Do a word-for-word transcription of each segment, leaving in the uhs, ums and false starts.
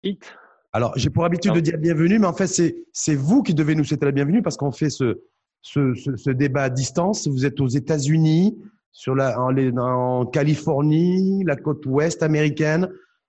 Alors, j'ai pour habitude de Alors, dire bienvenue, mais en fait, c'est, c'est vous qui devez nous souhaiter la bienvenue parce qu'on fait ce, ce, ce, ce débat à distance. Vous êtes aux États-Unis, sur la, en, les- en Californie, la côte ouest américaine,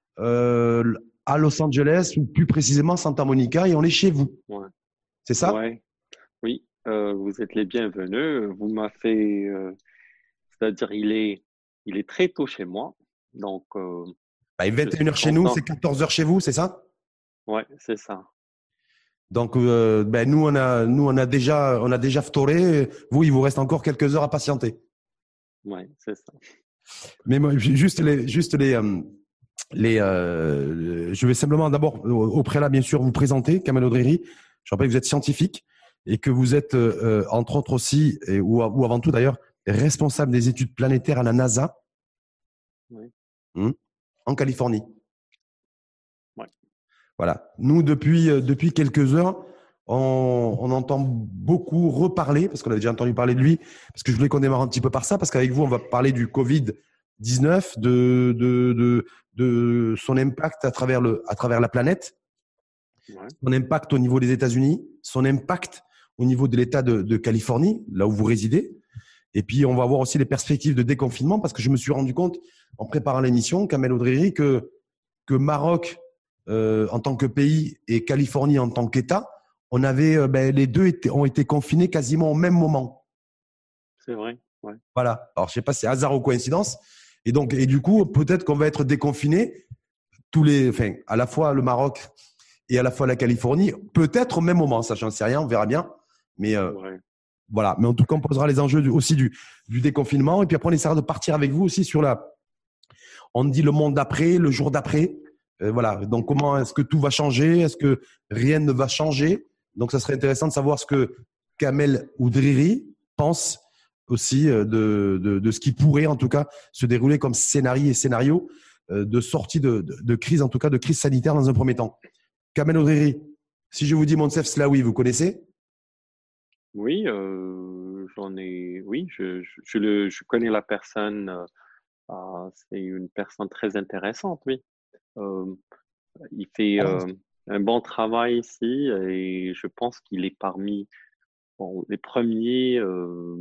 euh, à Los Angeles, ou plus précisément Santa Monica, et on est chez vous. ouais, C'est ça? ouais, oui, euh, vous êtes les bienvenus. Vous m'avez fait, euh, c'est-à-dire il est, il est très tôt chez moi, donc euh, Bah, je vingt et une suis heures chez nous, c'est content. quatorze heures chez vous, c'est ça? Ouais, c'est ça. Donc, euh, ben, nous, on a, nous, on a déjà, on a déjà ftoré. Vous, il vous reste encore quelques heures à patienter. Ouais, c'est ça. Mais moi, ju- juste les, juste les, euh, les, euh, je vais simplement d'abord, au au préalable, bien sûr, vous présenter, Kamel Odriri. Je rappelle que vous êtes scientifique et que vous êtes, euh, entre autres aussi, et, ou, ou avant tout d'ailleurs, responsable des études planétaires à la NASA, Ouais, hein, en Californie. ouais, Voilà. Nous, depuis, euh, depuis quelques heures, on, on entend beaucoup reparler, parce qu'on avait déjà entendu parler de lui, parce que je voulais qu'on démarre un petit peu par ça, parce qu'avec vous, on va parler du covid dix-neuf, de, de, de, de son impact à travers, le, à travers la planète, ouais, son impact au niveau des États-Unis, son impact au niveau de l'État de, de Californie, là où vous résidez. Et puis, on va voir aussi les perspectives de déconfinement, parce que je me suis rendu compte, en préparant l'émission, Kamel Odriri, que, que Maroc, euh, en tant que pays, et Californie en tant qu'État, on avait, euh, ben, les deux étaient, ont été confinés quasiment au même moment. c'est vrai. Ouais, Voilà. Alors, je sais pas si c'est hasard ou coïncidence. Et donc, et du coup, peut-être qu'on va être déconfinés tous les, enfin, à la fois le Maroc et à la fois la Californie, peut-être au même moment. Ça, j'en sais rien, on verra bien. Mais euh, ouais, voilà. Mais en tout cas, on posera les enjeux du, aussi du, du déconfinement. Et puis après, on essaiera de partir avec vous aussi sur la, on dit le monde d'après, le jour d'après. Euh, voilà. Donc, mhm, comment est-ce que tout va changer? Est-ce que rien ne va changer? Donc, ça serait intéressant de savoir ce que Kamel Oudriri pense aussi euh, de, de, de ce qui pourrait, en tout cas, se dérouler comme scénario et scénario euh, de sortie de, de, de crise, en tout cas, de crise sanitaire dans un premier temps. Kamel Oudriri, si je vous dis Moncef Slaoui, vous connaissez? oui, euh, j'en ai, oui, je, je, je le, je connais la personne. Euh, ah, c'est une personne très intéressante, oui. Euh, il fait Alors, euh, un bon travail ici et je pense qu'il est parmi bon, les premiers euh,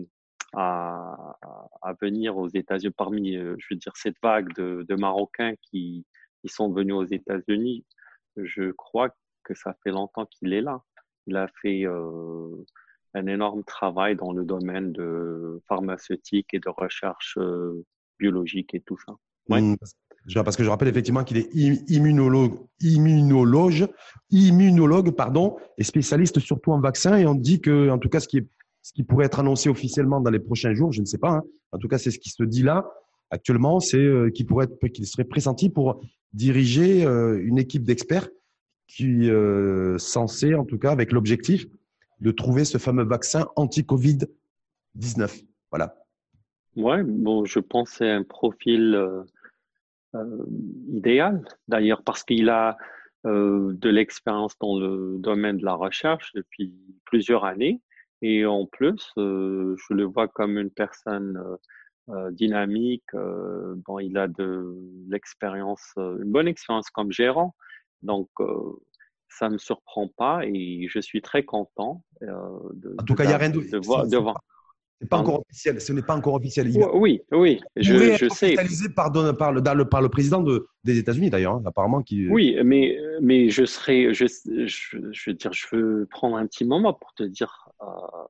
à, à venir aux États-Unis, parmi, euh, je veux dire, cette vague de, de Marocains qui, qui sont venus aux États-Unis. Je crois que ça fait longtemps qu'il est là. Il a fait euh, un énorme travail dans le domaine de pharmaceutique et de recherche euh, biologique et tout ça. Ouais, hmm, parce que je rappelle effectivement qu'il est immunologue, immunologue, immunologue, pardon, et spécialiste surtout en vaccins. Et on dit que, en tout cas, ce qui est, ce qui pourrait être annoncé officiellement dans les prochains jours, je ne sais pas. Hein, en tout cas, c'est ce qui se dit là actuellement, c'est euh, qu'il pourrait être, qu'il serait pressenti pour diriger euh, une équipe d'experts qui euh, censée, en tout cas, avec l'objectif de trouver ce fameux vaccin anti-Covid dix-neuf. Voilà. ouais, bon, je pense que c'est un profil euh, euh, idéal, d'ailleurs, parce qu'il a euh, de l'expérience dans le domaine de la recherche depuis plusieurs années. Et en plus, euh, je le vois comme une personne euh, euh, dynamique. Euh, bon, il a de l'expérience, euh, une bonne expérience comme gérant. Donc, euh, ça me surprend pas et je suis très content euh, de, En tout de, cas, il y a rien de, de c'est voir, de c'est voir. c'est pas encore Pardon? officiel. Ce n'est pas encore officiel. Il Oui, oui, je, pourrait je être sais. officialisé par, Don- par, le, dans le- par le président de- des États-Unis, d'ailleurs, hein, apparemment. Qui, Oui, mais, mais je serais, je, je, je veux dire, je veux prendre un petit moment pour te dire, euh,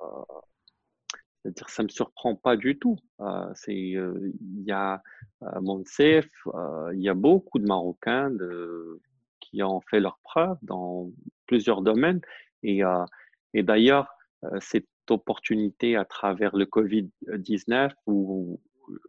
c'est-à-dire, ça me surprend pas du tout. Euh, c'est, euh, il y a euh, Monsef, euh, il y a beaucoup de Marocains de, qui ont fait leurs preuves dans plusieurs domaines. Et, euh, et d'ailleurs, euh, cette opportunité à travers le covid dix-neuf où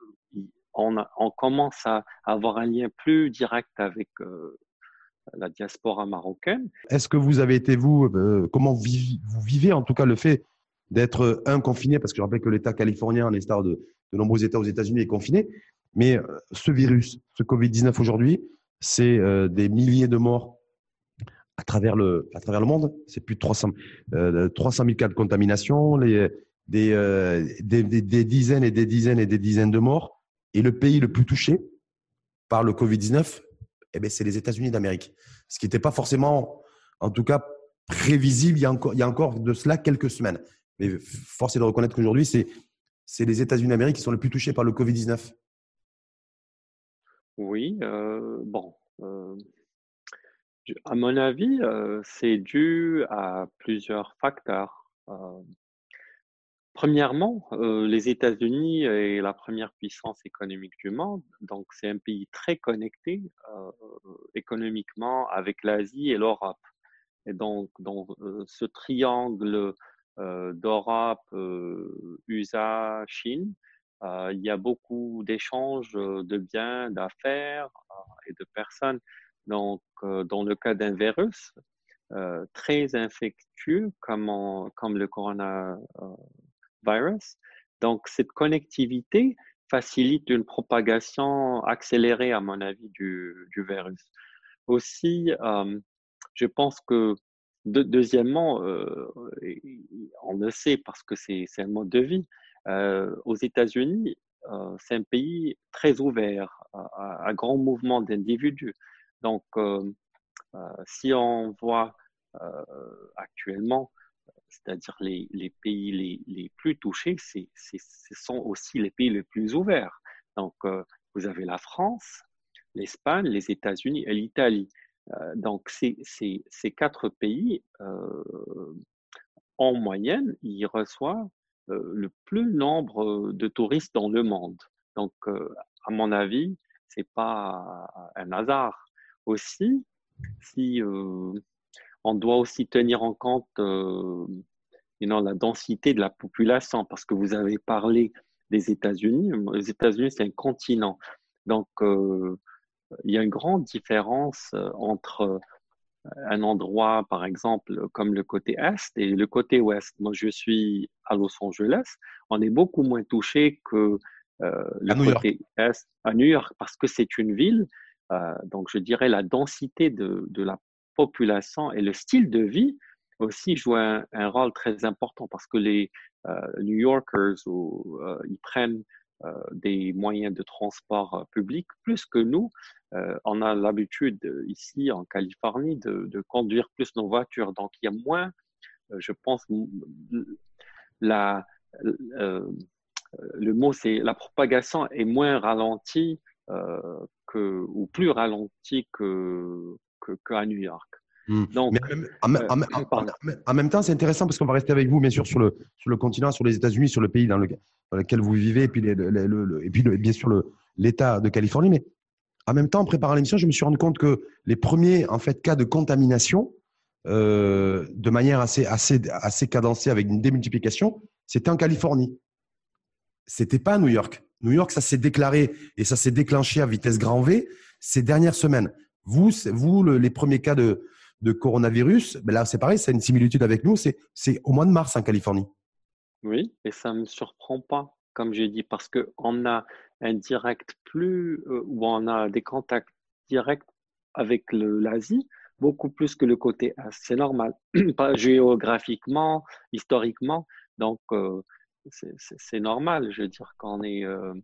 on, a- on commence à avoir un lien plus direct avec euh, la diaspora marocaine. est-ce que vous avez été, vous, euh, comment vous, vivi- vous vivez en tout cas le fait d'être, euh, un, confiné, parce que je rappelle que l'État californien, à l'instar de, de nombreux États aux États-Unis, est confiné, mais euh, ce virus, ce Covid dix-neuf aujourd'hui, c'est euh, des milliers de morts à travers le, à travers le monde. C'est plus de trois cents, euh, trois cent mille cas de contamination, les, des, euh, des, des, des dizaines et des dizaines et des dizaines de morts. Et le pays le plus touché par le Covid dix-neuf, eh ben, c'est les États-Unis d'Amérique. Ce qui n'était pas forcément, en tout cas, prévisible il y, a encore, il y a encore de cela quelques semaines. Mais force est de reconnaître qu'aujourd'hui, c'est, c'est les États-Unis d'Amérique qui sont les plus touchés par le covid dix-neuf. Oui, euh, bon, euh, je- à mon avis, euh, c'est dû à plusieurs facteurs. Euh, Premièrement, euh, les États-Unis est la première puissance économique du monde, donc c'est un pays très connecté euh, économiquement avec l'Asie et l'Europe. Et donc, dans euh, ce triangle euh, d'Europe, euh, U S A, Chine, euh, il y a beaucoup d'échanges euh, de biens, d'affaires euh, et de personnes. Donc, euh, dans le cas d'un virus euh, très infectieux comme, en- comme le coronavirus, donc cette connectivité facilite une propagation accélérée, à mon avis, du, du virus. Aussi, euh, je pense que, de- deuxièmement, euh, on le sait parce que c'est c'est un mode de vie, euh, aux États-Unis, euh, c'est un pays très ouvert à, à- à grand mouvement d'individus. Donc, euh, euh, si on voit euh, actuellement, c'est-à-dire les, les pays les, les plus touchés, c'est, c'est, ce sont aussi les pays les plus ouverts. Donc, euh, vous avez la France, l'Espagne, les États-Unis et l'Italie. Euh, donc, ces, ces, ces quatre pays, euh, en moyenne, ils reçoivent euh, le plus nombre de touristes dans le monde. Donc, euh, à mon avis, c'est pas un hasard. Aussi, si euh, on doit aussi tenir en compte euh, you know, la densité de la population, parce que vous avez parlé des États-Unis. Les États-Unis, c'est un continent. Donc, euh, il y a une grande différence euh, entre un endroit, par exemple, comme le côté Est et le côté Ouest. Moi, je suis à Los Angeles. On est beaucoup moins touché que euh, À le New York. côté Est à New York parce que c'est une ville. Euh, donc, je dirais la densité de, de la population et le style de vie aussi joue un, un rôle très important parce que les euh, New Yorkers, ou, euh, ils prennent euh, des moyens de transport euh, public plus que nous. Euh, on a l'habitude euh, ici en Californie de, de conduire plus nos voitures. Donc, il y a moins, euh, je pense, la, euh, le mot, c'est la propagation est moins ralentie euh, que, ou plus ralentie que, que, qu'à New York. Hmm. Mais Donc, en même, en même- euh, en même- en pardon. même- en même temps, c'est intéressant parce qu'on va rester avec vous, bien sûr, sur le, sur le continent, sur les États-Unis, sur le pays dans, le, dans lequel vous vivez, et puis, les- le- le- le- et puis le- bien sûr le- l'État de Californie. Mais en même temps, en préparant l'émission, je me suis rendu compte que les premiers en fait, cas de contamination, euh, de manière assez, assez, assez cadencée avec une démultiplication, c'était en Californie. C'était pas à New York. New York, ça s'est déclaré et ça s'est déclenché à vitesse grand V ces dernières semaines. Vous, vous le, les premiers cas de, de coronavirus, ben là, c'est pareil, c'est une similitude avec nous, c'est, c'est au mois de mars en Californie. Oui, et ça ne me surprend pas, comme j'ai dit, parce qu'on a un direct plus, euh, ou on a des contacts directs avec le- l'Asie, beaucoup plus que le côté Est. C'est normal, pas géographiquement, historiquement. Donc, euh, c'est c'est- c'est normal, je veux dire, qu'on ait euh,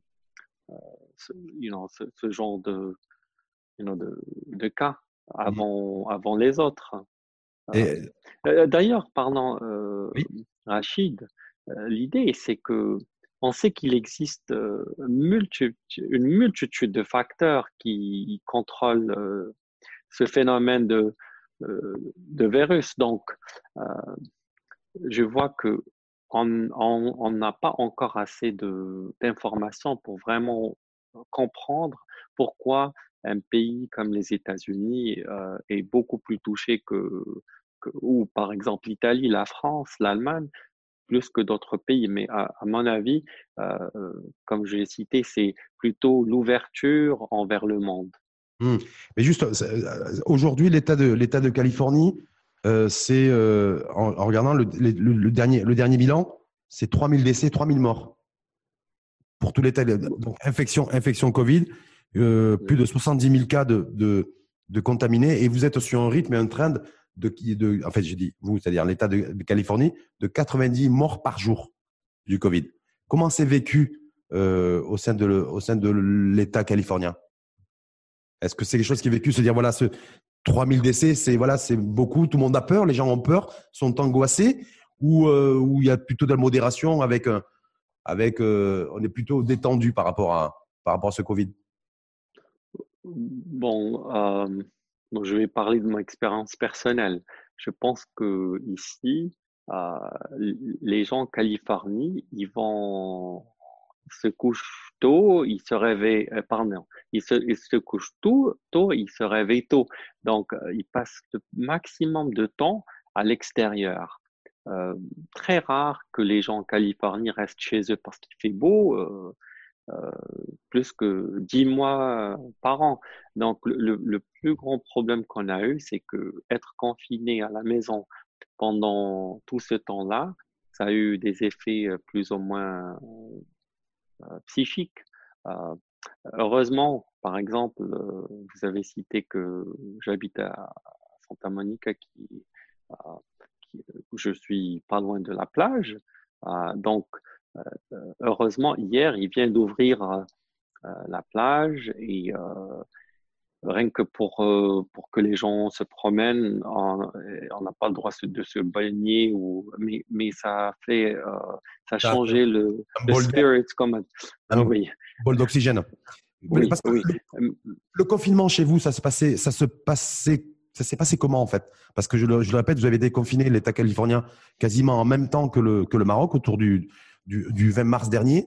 ce, you know, ce, ce genre de, you know, de, de cas avant, avant les autres. Euh, Et, euh, D'ailleurs, pardon, euh, oui. Rachid, euh, l'idée, c'est que on sait qu'il existe euh, multi- une multitude de facteurs qui contrôlent euh, ce phénomène de, euh, de virus. Donc, euh, je vois que on on- on n'a pas encore assez de d'informations pour vraiment comprendre pourquoi un pays comme les États-Unis euh, est beaucoup plus touché que, que- ou par exemple l'Italie, la France, l'Allemagne, plus que d'autres pays. Mais à, à mon avis, euh, euh, comme je l'ai cité, c'est plutôt l'ouverture envers le monde. Hmm. Mais juste, euh, aujourd'hui, l'État de, l'État de Californie, euh, c'est, euh, en, en regardant le, le- le dernier, le dernier bilan, c'est trois mille décès, trois mille morts pour tout l'État. Donc, infection, infection Covid, euh, plus de soixante-dix mille cas de, de, de contaminés. Et vous êtes sur un rythme et un trend de, de en fait, j'ai dit, vous, c'est-à-dire l'État de, de Californie, de quatre-vingt-dix morts par jour du Covid. Comment c'est vécu euh, au sein de, le- au sein de l'État californien? Est-ce que c'est quelque chose qui est vécu, se dire voilà, ce trois mille décès, c'est voilà, c'est beaucoup, tout le monde a peur, les gens ont peur, sont angoissés, ou euh, ou il y a plutôt de la modération avec un- avec euh, on est plutôt détendu par rapport à par rapport à ce Covid. Bon, euh, donc je vais parler de mon expérience personnelle. Je pense que ici, euh, les gens en Californie, ils vont se couchent tôt, ils se réveillent, euh, pardon, ils se, ils se couchent tôt, tôt, ils se réveillent tôt. Donc, euh, ils passent le maximum de temps à l'extérieur. Euh, Très rare que les gens en Californie restent chez eux parce qu'il fait beau. Euh, euh, Plus que dix mois euh, par an. Donc, le, le plus grand problème qu'on a eu, c'est que être confiné à la maison pendant tout ce temps-là, ça a eu des effets euh, plus ou moins euh, psychiques. Euh, Heureusement, par exemple, euh, vous avez cité que j'habite à Santa Monica, qui, euh, qui- je suis pas loin de la plage. Euh, donc, euh, heureusement, hier, il vient d'ouvrir euh, euh, la plage et euh, rien que pour, euh, pour que les gens se promènent, on on n'a pas le droit de se baigner, ou, mais, mais ça a fait, euh, ça a Ça, c'est changé le, un le bol d'air, spirit, comme, ah un oui, bol d'oxygène. oui, Parce que oui. le, le confinement chez vous, ça se passait, ça se passait, ça s'est passé comment en fait? Parce que je le, je le répète, vous avez été confiné, l'État californien, quasiment en même temps que le, que le Maroc, autour du, du, du vingt mars dernier.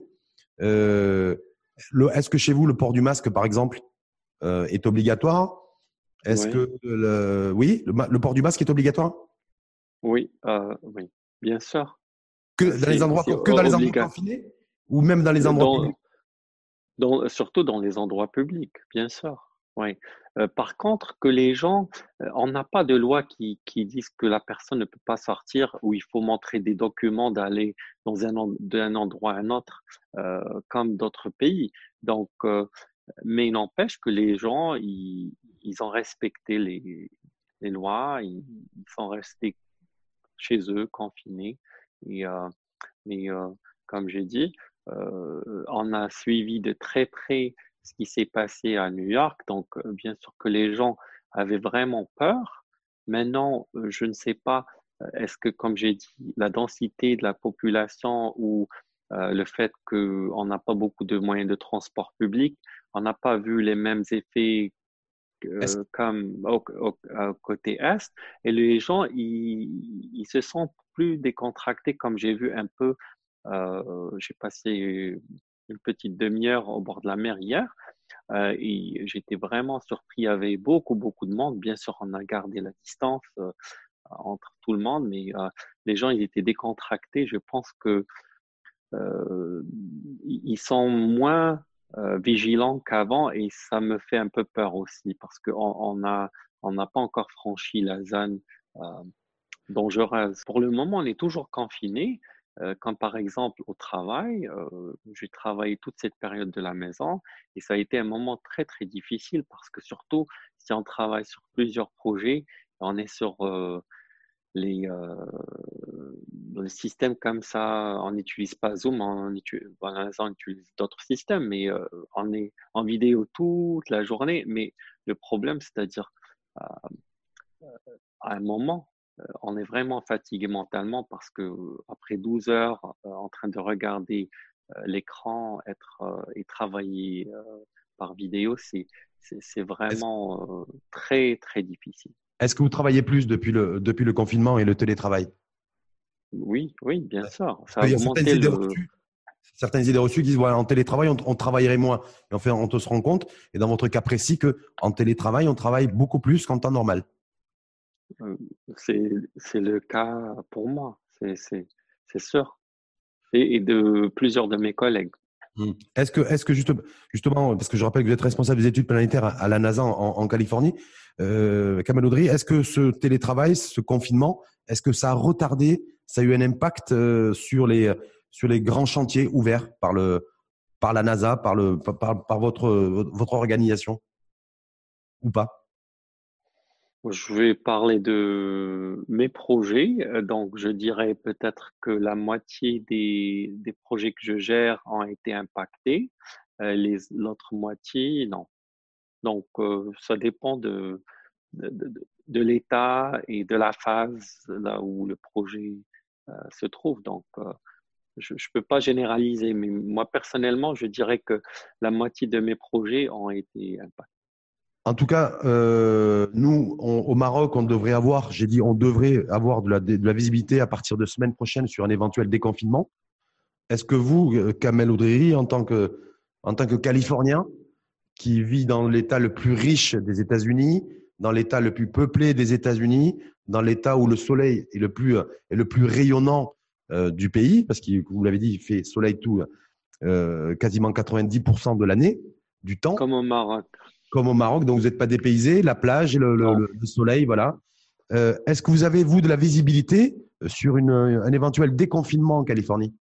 Euh, le, est-ce que chez vous, le port du masque, par exemple, euh, est obligatoire? Est-ce Oui, que le, oui, le, le port du masque est obligatoire? oui, euh, oui, bien sûr. Que Euh, dans les C'est, endroits, c'est que dans les endroits obligatoire. confinés ou même dans les endroits publics? Dans, dans, surtout dans les endroits publics, bien sûr. Oui. Euh, par contre, que les gens, euh, on n'a pas de loi qui, qui dise que la personne ne peut pas sortir, ou il faut montrer des documents d'aller dans un, en- d'un endroit à un autre, euh, comme d'autres pays. Donc, euh, mais il n'empêche que les gens, ils, ils ont respecté les, les lois, ils, ils sont restés chez eux, confinés. Et, euh, mais euh, comme j'ai dit, euh, on a suivi de très près ce qui s'est passé à New York. Donc, euh, bien sûr que les gens avaient vraiment peur. Maintenant, euh, je ne sais pas, euh, est-ce que, comme j'ai dit, la densité de la population ou euh, le fait qu'on n'a pas beaucoup de moyens de transport public, on n'a pas vu les mêmes effets Est-ce euh, comme au, au- au côté Est, et les gens, ils, ils se sentent plus décontractés, comme j'ai vu un peu, euh, j'ai passé une petite demi-heure au bord de la mer hier, euh, et j'étais vraiment surpris, il y avait beaucoup, beaucoup de monde. Bien sûr, on a gardé la distance euh, entre tout le monde, mais euh, les gens, ils étaient décontractés. Je pense que euh, ils sont moins euh, vigilants qu'avant, et ça me fait un peu peur aussi parce qu'on on a, on n'a pas encore franchi la zone euh, dangereuse. Pour le moment, on est toujours confiné. Euh, comme par exemple au travail, euh, j'ai travaillé toute cette période de la maison, et ça a été un moment très très difficile parce que surtout si on travaille sur plusieurs projets, on est sur euh, les, euh, les systèmes comme ça, on n'utilise pas Zoom, on utilise, voilà, on utilise d'autres systèmes, mais euh, on est en vidéo toute la journée. Mais le problème, c'est-à-dire, euh, à un moment, euh, on est vraiment fatigué mentalement parce que euh, après douze heures euh, en train de regarder euh, l'écran, être euh, et travailler euh, par vidéo, c'est c'est c'est est-ce, vraiment euh, très très difficile. est-ce que vous travaillez plus depuis le, depuis le confinement et le télétravail? Oui, oui, bien Parce sûr, ça a qu'il y a certaines augmenté idées le. reçues, certaines idées reçues qui disent voilà, en télétravail, on, on travaillerait moins. Et en fait, on te se rend compte, et dans votre cas précis, que en télétravail, on travaille beaucoup plus qu'en temps normal. Euh, C'est, c'est le cas pour moi, c'est, c'est, c'est sûr. Et, et de plusieurs de mes collègues. Mm. Est-ce que, est-ce que juste, justement, parce que je rappelle que vous êtes responsable des études planétaires à, à la NASA en, en Californie, euh, Kamel Audry, est-ce que ce télétravail, ce confinement, est-ce que ça a retardé, ça a eu un impact euh, sur les, sur les grands chantiers ouverts par le, par la NASA, par le, par, par votre, votre organisation ou pas? Je vais parler de mes projets. Euh, Donc, je dirais peut-être que la moitié des, des projets que je gère ont été impactés. Euh, les, l'autre moitié, non. Donc, euh, ça dépend de, de, de, de l'état et de la phase là où le projet euh, se trouve. Donc, euh, je ne peux pas généraliser, mais moi, personnellement, je dirais que la moitié de mes projets ont été impactés. En tout cas, euh, nous, on- au Maroc, on devrait avoir, j'ai dit, on devrait avoir de la, de la visibilité à partir de semaine prochaine sur un éventuel déconfinement. Est-ce que vous, euh, Kamel Oudriri, en tant que, en tant que Californien, qui vit dans l'État le plus riche des États-Unis, dans l'État le plus peuplé des États-Unis, dans l'État où le soleil est le plus, est le plus rayonnant euh, du pays, parce que vous l'avez dit, il fait soleil tout, euh, quasiment quatre-vingt-dix pour cent de l'année, du temps, Comme au Maroc. comme au Maroc, donc vous n'êtes pas dépaysé, la plage, le, le, Non. le soleil, voilà. Euh, est-ce que vous avez, vous, de la visibilité sur une, un éventuel déconfinement en Californie?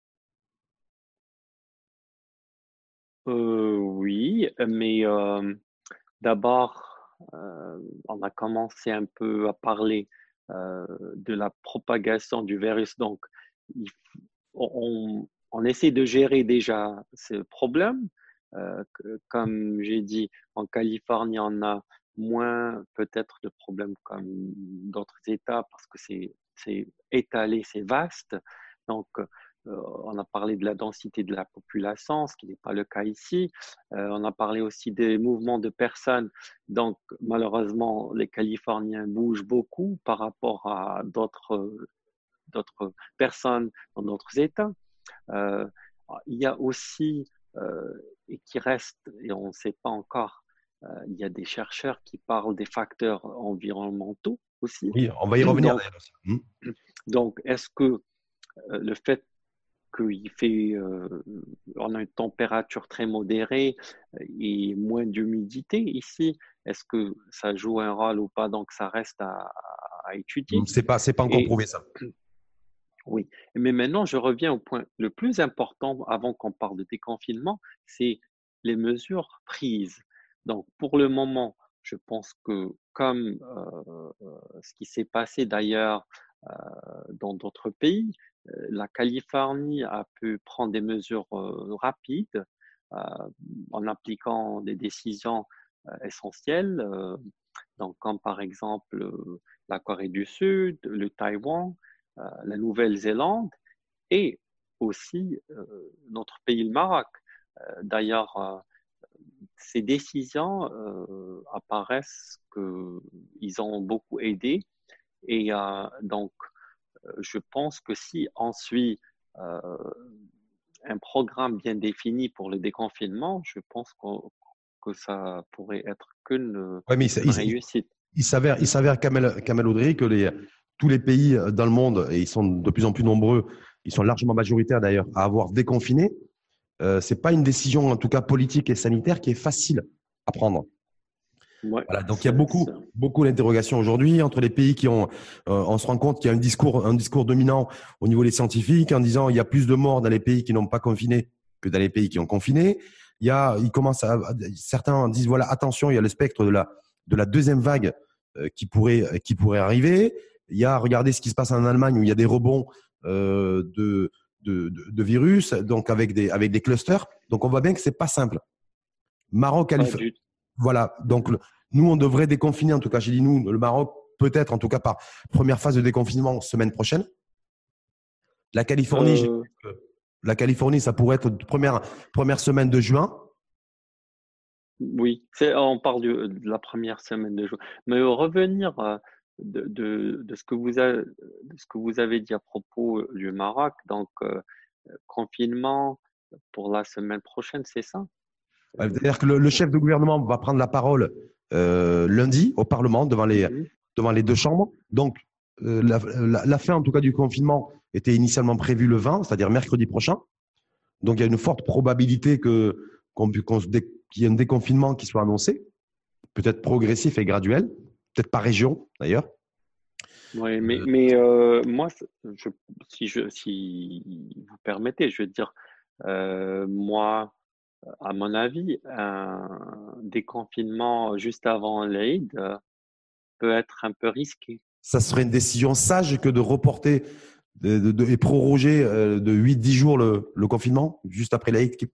Euh, oui, mais euh, d'abord, euh, on a commencé un peu à parler euh, de la propagation du virus. Donc, il f- on, on essaie de gérer déjà ce problème. Euh, que- comme j'ai dit, en Californie, on a moins peut-être de problèmes comme d'autres États parce que c'est c'est étalé, c'est vaste. Donc, euh, on a parlé de la densité de la population, ce qui n'est pas le cas ici. Euh, on a parlé aussi des mouvements de personnes. Donc, malheureusement, les Californiens bougent beaucoup par rapport à d'autres d'autres personnes dans d'autres États. Euh, il y a aussi, euh, et qui reste, et on ne sait pas encore, euh, il y a des chercheurs qui parlent des facteurs environnementaux aussi. Oui, on va y revenir Donc, d'ailleurs. Hmm. donc est-ce que euh, le fait qu'il fait, euh, on a une température très modérée et moins d'humidité ici, est-ce que ça joue un rôle ou pas? Donc, ça reste à, à étudier. C'est pas, c'est pas encore Et prouvé ça. oui, mais maintenant, je reviens au point le plus important avant qu'on parle de déconfinement, c'est les mesures prises. Donc, pour le moment, je pense que comme euh, euh, ce qui s'est passé d'ailleurs euh, dans d'autres pays, euh, la Californie a pu prendre des mesures euh, rapides euh, en appliquant des décisions euh, essentielles, euh, donc comme par exemple euh, la Corée du Sud, le Taïwan, euh, la Nouvelle-Zélande et aussi euh, notre pays, le Maroc. Euh, D'ailleurs, euh, ces décisions euh, apparaissent qu'ils ont beaucoup aidé et euh, donc euh, je pense que si on suit euh, un programme bien défini pour le déconfinement, je pense qu'on- que ça pourrait être qu'une Ouais, mais il, s- une il- réussite. il s'avère, il s'avère, Kamel, Kamel Oudry, que les, tous les pays dans le monde, et ils sont de plus en plus nombreux, ils sont largement majoritaires d'ailleurs, à avoir déconfiné. Euh, c'est pas une décision, en tout cas politique et sanitaire, qui est facile à prendre. Ouais, Voilà, donc il y a c'est, c'est- beaucoup, beaucoup d'interrogations aujourd'hui entre les pays qui ont. Euh, on se rend compte qu'il y a un discours, un discours dominant au niveau des scientifiques en disant il y a plus de morts dans les pays qui n'ont pas confiné que dans les pays qui ont confiné. Il y a, ils commencent à, certains disent voilà attention, il y a le spectre de la de la deuxième vague euh, qui pourrait qui pourrait arriver. Il y a regardez ce qui se passe en Allemagne où il y a des rebonds euh, de, de, de de virus, donc avec des avec des clusters. Donc on voit bien que c'est pas simple. Maroc, pas Californie. du Voilà. Donc, le- nous, on devrait déconfiner, en tout cas, j'ai dit nous, le Maroc, peut-être, en tout cas, par première phase de déconfinement semaine prochaine. La Californie, j'ai- euh, la Californie, ça pourrait être première, première semaine de juin. Oui, c'est, on parle du- de la première semaine de juin. Mais euh, revenir euh, de, de, de ce que vous avez, de ce que vous avez dit à propos euh, du Maroc, donc euh, confinement pour la semaine prochaine, c'est ça? Euh, C'est-à-dire que le, le chef de gouvernement va prendre la parole euh, lundi au Parlement devant les, Mhm. devant les deux chambres. Donc, euh, la, la- la fin, en tout cas, du confinement était initialement prévue le vingt, c'est-à-dire mercredi prochain. Donc, il y a une forte probabilité que, qu'on, qu'on se dé- qu'il y ait un déconfinement qui soit annoncé, peut-être progressif et graduel, peut-être par région d'ailleurs. Oui, mais, mais euh, moi, je, si je, si vous permettez, je veux dire, euh, moi, à mon avis, un déconfinement juste avant l'Aïd euh, peut être un peu risqué. Ça serait une décision sage que de reporter de, de- de- et proroger euh, de huit dix jours le, le confinement, juste après l'Aïd.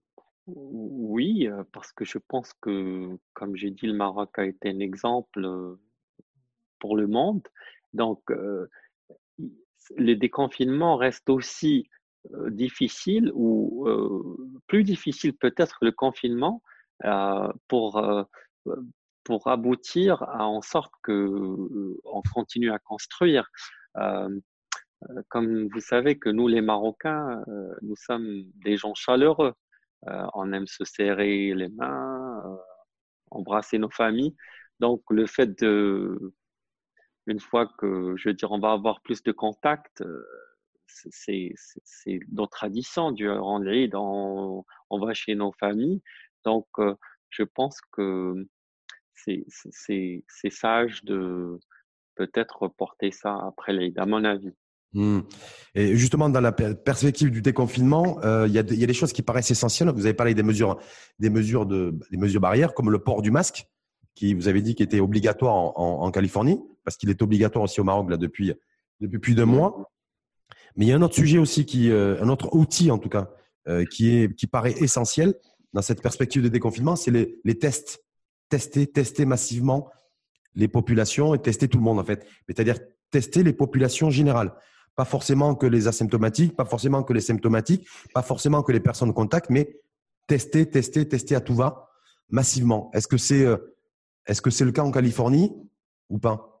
Oui, euh, parce que je pense que, comme j'ai dit, le Maroc a été un exemple euh, pour le monde. Donc, euh, il- le déconfinement reste aussi euh, difficile ou euh, plus difficile peut-être que le confinement euh, pour, euh, pour aboutir à en sorte que euh, on continue à construire. Euh, Comme vous savez que nous, les Marocains, euh, nous sommes des gens chaleureux. Euh, on aime se serrer les mains, euh, embrasser nos familles. Donc, le fait de, une fois que, je veux dire, on va avoir plus de contacts, euh, c'est, c'est, c'est nos traditions. Durant l'Eid, on, on va chez nos familles. Donc, euh, je pense que c'est, c'est, c'est c'est sage de peut-être reporter ça après l'Eid, à mon avis. Hmm. Et justement, dans la per- perspective du déconfinement, euh, il y a, des- il y a des choses qui paraissent essentielles. Vous avez parlé des mesures, des mesures de, des mesures barrières, comme le port du masque, qui vous avez dit qui était obligatoire en, en- en Californie, parce qu'il est obligatoire aussi au Maroc là depuis depuis plus d'un Oui. mois. Mais il y a un autre sujet aussi qui, euh, un autre outil en tout cas, euh, qui est qui paraît essentiel dans cette perspective de déconfinement, c'est les, les tests. Tester, tester massivement les populations et tester tout le monde en fait. C'est-à-dire tester les populations générales. Pas forcément que les asymptomatiques, pas forcément que les symptomatiques, pas forcément que les personnes contact, mais tester, tester, tester à tout va massivement. Est-ce que c'est euh, est-ce que c'est le cas en Californie ou pas?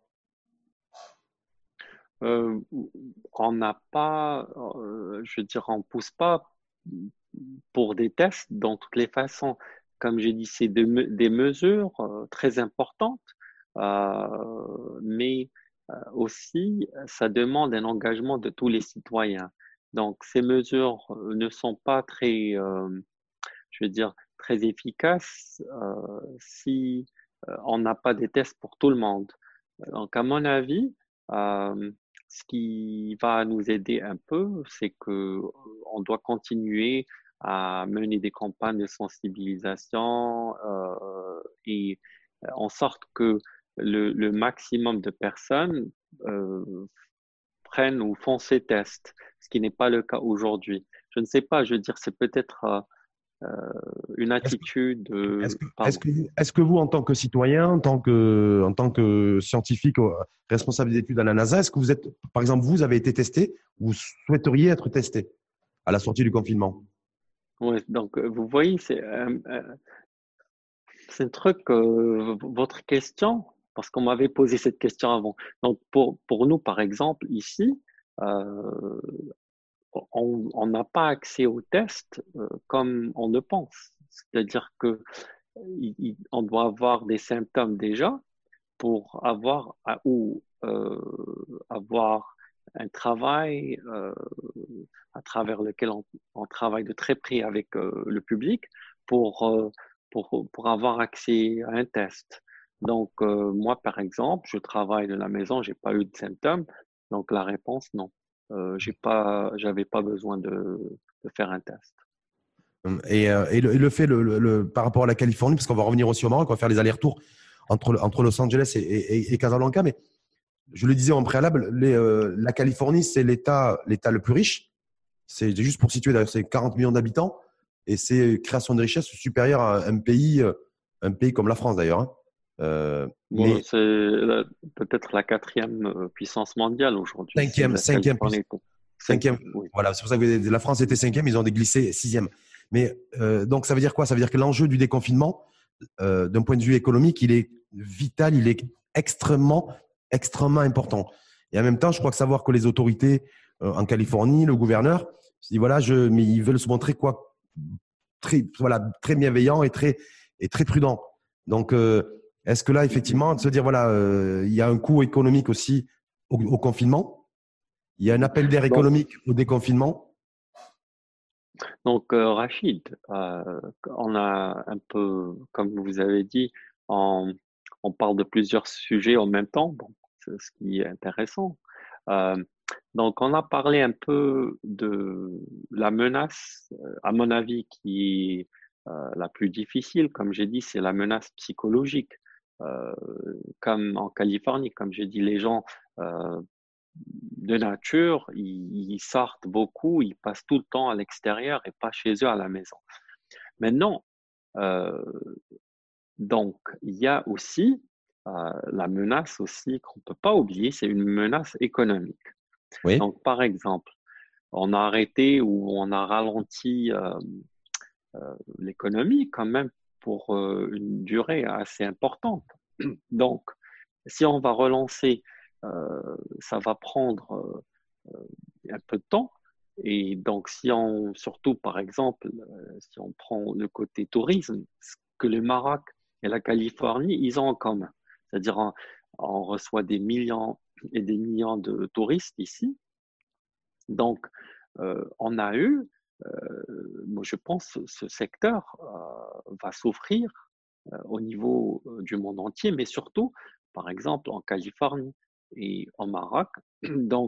Euh, on n'a pas, euh, je veux dire, on pousse pas pour des tests dans toutes les façons. Comme j'ai dit, c'est des, me- des mesures euh, très importantes, euh, mais euh, aussi, ça demande un engagement de tous les citoyens. Donc, ces mesures euh, ne sont pas très, euh, je veux dire, très efficaces euh, si euh, on n'a pas des tests pour tout le monde. Donc, à mon avis, euh, ce qui va nous aider un peu, c'est que euh, on doit continuer à mener des campagnes de sensibilisation euh, et euh, en sorte que le, le maximum de personnes euh, prennent ou font ces tests, ce qui n'est pas le cas aujourd'hui. Je ne sais pas, je veux dire, c'est peut-être euh, euh, une Est-ce que attitude, est-ce euh, que est-ce pardon. que vous, est-ce que vous en tant que citoyen, en tant que en tant que scientifique euh, responsable d'études à la NASA, est-ce que vous êtes par exemple vous avez été testé, vous souhaiteriez être testé à la sortie du confinement? Ouais, donc, euh, vous voyez, c'est un, un- c'est un truc, euh, votre question, parce qu'on m'avait posé cette question avant. Donc, pour, pour nous, par exemple, ici, euh, on on n'a pas accès aux tests euh, comme on le pense. C'est-à-dire que il- il- on doit avoir des symptômes déjà pour avoir à- ou euh, avoir un travail euh, à travers lequel on, on travaille de très près avec euh, le public pour, euh, pour, pour avoir accès à un test. Donc, euh, moi, par exemple, je travaille de la maison, j'ai pas eu de symptômes. Donc, la réponse, non. Euh, j'ai pas, j'avais pas besoin de, de faire un test. Et, euh, et le, et le fait, le, le- le- par rapport à la Californie, parce qu'on va revenir aussi au Maroc, on va faire les allers-retours entre, entre Los Angeles et, et- et Casablanca, mais je le disais en préalable, les, euh, la Californie, c'est l'État, l'État le plus riche. C'est juste pour situer, d'ailleurs, c'est quarante millions d'habitants et c'est une création de richesse supérieure à un pays, euh, un pays comme la France d'ailleurs, hein. Euh, Bon, mais c'est la- peut-être la quatrième euh, puissance mondiale aujourd'hui, si cinquième, la cinquième, Californie puis- est cinquième, cinquième. Oui. voilà, c'est pour ça que la France était cinquième, ils ont déglissé sixième. Mais euh, donc ça veut dire quoi? Ça veut dire que l'enjeu du déconfinement, euh, d'un point de vue économique, il est vital, il est extrêmement, extrêmement important. Et en même temps, je crois que savoir que les autorités euh, en Californie, le gouverneur, se dit voilà, je, mais ils veulent se montrer quoi, très, voilà, très bienveillant et très, et très prudent. Donc, euh, est-ce que là, effectivement, de se dire voilà, euh, il y a un coût économique aussi au, au confinement, il y a un appel d'air Donc, économique au déconfinement. donc euh, Rachid, euh, on a un peu, comme vous avez dit, on, on parle de plusieurs sujets en même temps, bon, c'est ce qui est intéressant. Euh, donc, on a parlé un peu de la menace, euh, à mon avis, qui est euh, la plus difficile, comme j'ai dit, c'est la menace psychologique. Euh, Comme en Californie, comme j'ai dit, les gens euh, de nature, ils, ils sortent beaucoup, ils passent tout le temps à l'extérieur et pas chez eux à la maison. Maintenant, euh, donc, il y a aussi euh, la menace aussi qu'on ne peut pas oublier, c'est une menace économique. Oui, Donc, par exemple, on a arrêté ou on a ralenti euh, l'économie quand même pour euh, une durée assez importante. Donc, si on va relancer, euh, ça va prendre euh, un peu de temps. Et donc, si on, surtout par exemple, euh, si on prend le côté tourisme, ce que le Maroc et la Californie, ils ont en commun. C'est-à-dire, on, on reçoit des millions et des millions de touristes ici. Donc, euh, on a eu, euh, moi je pense, ce secteur euh, va souffrir euh, au niveau euh, du monde entier, mais surtout, par exemple, en Californie et au Maroc. Donc,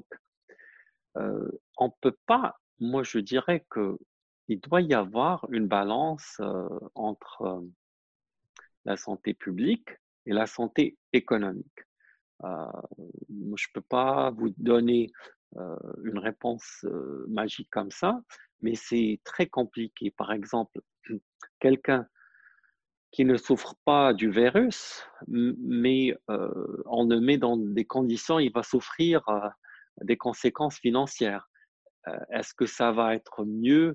euh, on ne peut pas, moi je dirais que il doit y avoir une balance euh, entre euh, la santé publique et la santé économique. Euh, je ne peux pas vous donner euh, une réponse euh, magique comme ça, mais c'est très compliqué. Par exemple, quelqu'un qui ne souffre pas du virus, mais euh, on le met dans des conditions, il va souffrir euh, des conséquences financières. Euh, est-ce que ça va être mieux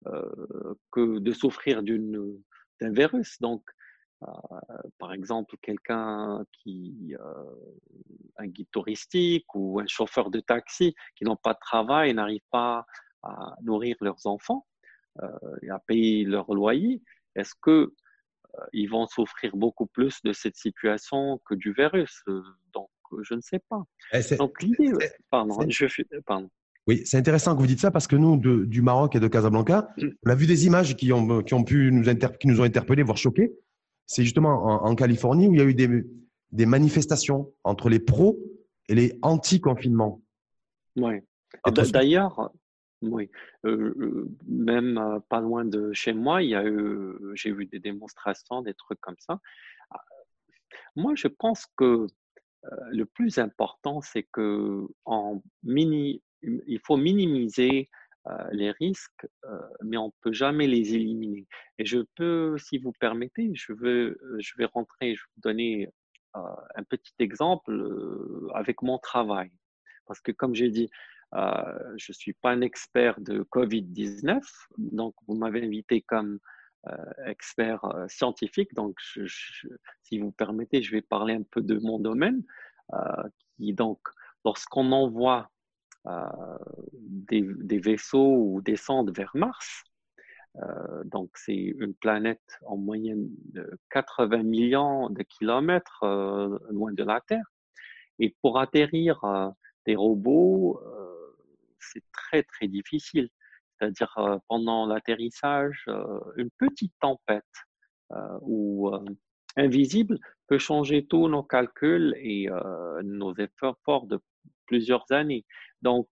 euh, que de souffrir d'une, d'un virus? Donc, euh, par exemple, quelqu'un qui, euh, un guide touristique ou un chauffeur de taxi qui n'ont pas de travail et n'arrivent pas à nourrir leurs enfants euh, et à payer leur loyer, est-ce que euh, ils vont souffrir beaucoup plus de cette situation que du virus? Euh, Donc, je ne sais pas. Eh, c'est- Donc, l'idée, c'est- pardon, c'est- je suis, pardon. oui, c'est intéressant que vous dites ça parce que nous, de- du Maroc et de Casablanca, on a vu des images qui ont, qui ont pu nous inter- qui nous ont interpellés, voire choqués. C'est justement en, en Californie où il y a eu des, des manifestations entre les pros et les anti-confinement. Oui. Et Entre d'a- ceux- d'ailleurs, oui, euh, euh, même euh, pas loin de chez moi, il y a eu, j'ai vu des démonstrations, des trucs comme ça. Ah, moi, je pense que euh, le plus important, c'est que en mini, il faut minimiser euh, les risques, euh, mais on peut jamais les éliminer. Et je peux, si vous permettez, je veux, je vais rentrer, je vais vous donner euh, un petit exemple euh, avec mon travail. Parce que comme j'ai dit, euh, je ne suis pas un expert de covid dix-neuf, donc vous m'avez invité comme euh, expert euh, scientifique. Donc, je, je, si vous permettez, je vais parler un peu de mon domaine. Euh, qui donc, lorsqu'on envoie euh, des, des, vaisseaux ou des sondes vers Mars, euh, donc c'est une planète en moyenne de quatre-vingts millions de kilomètres euh, loin de la Terre. Et pour atterrir euh, des robots, euh, c'est très très difficile. C'est-à-dire euh, pendant l'atterrissage, euh, une petite tempête euh, ou euh, invisible peut changer tous nos calculs et euh, nos efforts de plusieurs années. Donc,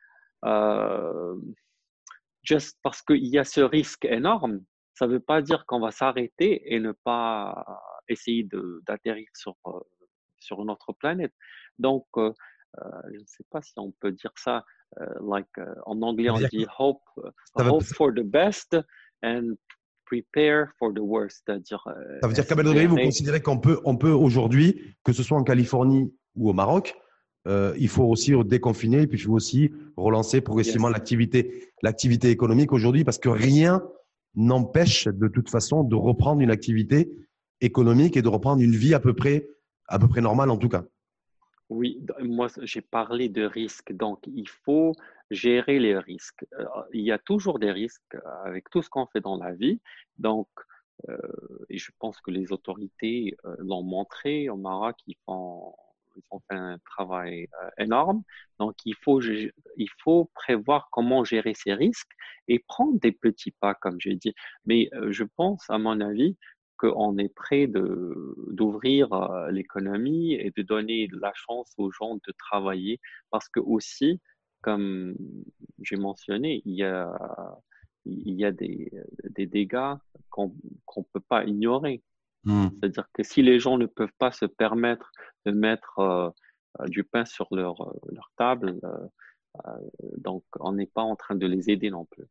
euh, juste parce qu'il y a ce risque énorme, ça ne veut pas dire qu'on va s'arrêter et ne pas essayer de, d'atterrir sur, euh, sur une autre planète. Donc, euh, euh, je ne sais pas si on peut dire ça, euh, like, euh, en anglais Ça veut on dire, dit hope, uh, ça veut, hope for the best and prepare for the worst, c'est-à-dire euh, ça veut dire qu'à Abel vous espérer. considérez qu'on peut, on peut aujourd'hui, que ce soit en Californie ou au Maroc, euh, il faut aussi déconfiner et puis il faut aussi relancer progressivement Yes. l'activité, l'activité économique aujourd'hui parce que rien n'empêche de toute façon de reprendre une activité économique et de reprendre une vie à peu près, à peu près normale en tout cas. Oui, d- moi j'ai parlé de risques, donc il faut gérer les risques. Euh, il y a toujours des risques avec tout ce qu'on fait dans la vie, donc euh, et je pense que les autorités euh, l'ont montré au Maroc, ils font ils ont fait un travail euh, énorme. Donc il faut gé- il faut prévoir comment gérer ces risques et prendre des petits pas, comme j'ai dit. Mais euh, je pense, à mon avis, qu'on est prêt de, d'ouvrir euh, l'économie et de donner la chance aux gens de travailler parce que aussi, comme j'ai mentionné, il y a, il y a des, des dégâts qu'on qu'on peut pas ignorer. Hmm. C'est-à-dire que si les gens ne peuvent pas se permettre de mettre euh, euh, du pain sur leur, euh, leur table, euh, euh, donc on n'est pas en train de les aider non plus.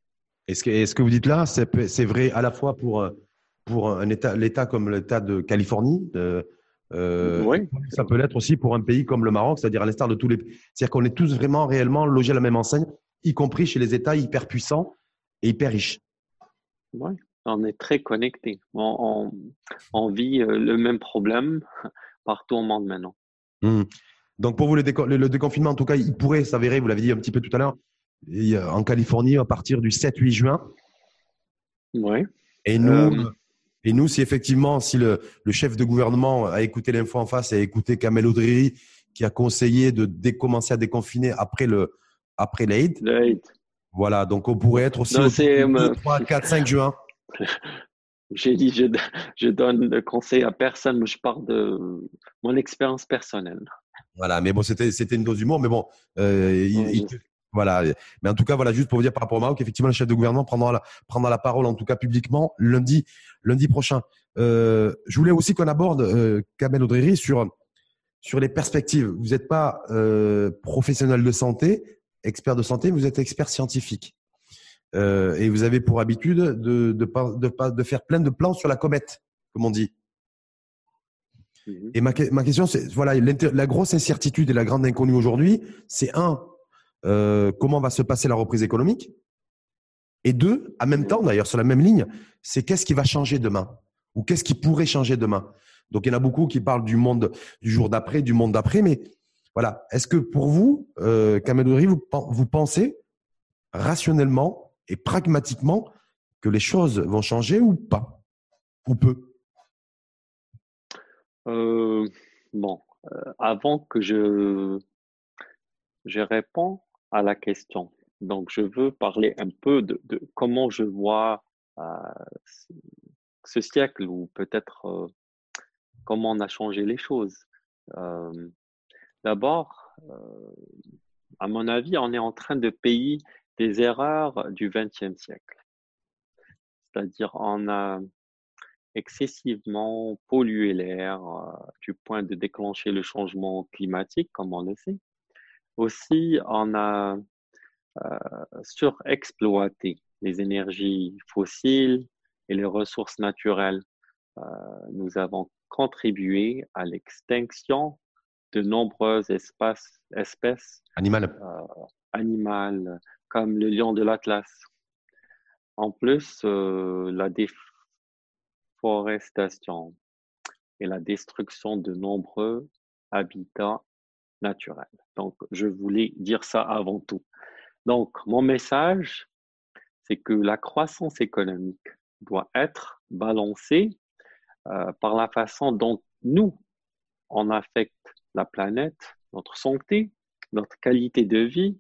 Et ce que, et ce que vous dites là, c'est c'est vrai à la fois pour, euh, pour un État, l'État comme l'État de Californie, euh, euh, et Oui, comme ça peut l'être aussi pour un pays comme le Maroc, c'est-à-dire à l'instar de tous les. C'est-à-dire qu'on est tous vraiment réellement logés à la même enseigne, y compris chez les États hyper puissants et hyper riches. oui. On est très connectés. On, on, on vit euh, le même problème partout au monde maintenant. Hum. Donc pour vous, le, déco- le- le déconfinement, en tout cas, il pourrait s'avérer, vous l'avez dit un petit peu tout à l'heure, et, euh, en Californie à partir du sept huit juin. Oui. Et nous, Euh, euh, et nous, si effectivement, si le, le chef de gouvernement a écouté l'info en face et a écouté Kamel Oudriri, qui a conseillé de décommencer à déconfiner après le, après l'Aïd, le hate. voilà, donc on pourrait être aussi Non, autour c'est, du deux, euh, trois, quatre, cinq juin. j'ai dit, je, je donne le conseil à personne, mais je parle de mon expérience personnelle. Voilà, mais bon, c'était, c'était une dose d'humour, mais bon, euh, Ouais, il- je- il- voilà. Mais en tout cas, voilà, juste pour vous dire par rapport au Maroc, effectivement, le chef de gouvernement prendra la, prendra la parole, en tout cas publiquement, lundi, lundi prochain. Euh, je voulais aussi qu'on aborde, euh, Kamel Oudriri, sur, sur les perspectives. Vous n'êtes pas euh, professionnel de santé, expert de santé, vous êtes expert scientifique. Euh, et vous avez pour habitude de, de, pas- de, pas- de faire plein de plans sur la comète, comme on dit. Mhm. Et ma, que- ma question, c'est, voilà, l'inter- la grosse incertitude et la grande inconnue aujourd'hui, c'est un, euh, comment va se passer la reprise économique? Et deux, en même Oui. temps, d'ailleurs, sur la même ligne, c'est qu'est-ce qui va changer demain? Ou qu'est-ce qui pourrait changer demain? Donc, il y en a beaucoup qui parlent du monde du jour d'après, du monde d'après, mais voilà. Est-ce que pour vous, euh, Kamel Oudry, vous, pen- vous pensez rationnellement et pragmatiquement que les choses vont changer ou pas? Ou peu? Euh, bon, euh, avant que je, je réponds à la question, donc je veux parler un peu de, de comment je vois euh, ce ce siècle ou peut-être euh, comment on a changé les choses. Euh, D'abord, euh, à mon avis, on est en train de payer des erreurs du vingtième siècle. C'est-à-dire, on a excessivement pollué l'air euh, du point de déclencher le changement climatique, comme on le sait. Aussi, on a euh, surexploité les énergies fossiles et les ressources naturelles. Euh, Nous avons contribué à l'extinction de nombreuses espaces, espèces Animal. euh, animales, comme le lion de l'Atlas. En plus, euh, la déforestation et la destruction de nombreux habitats naturels. Donc, je voulais dire ça avant tout. Donc, mon message, c'est que la croissance économique doit être balancée euh, par la façon dont nous, on affecte la planète, notre santé, notre qualité de vie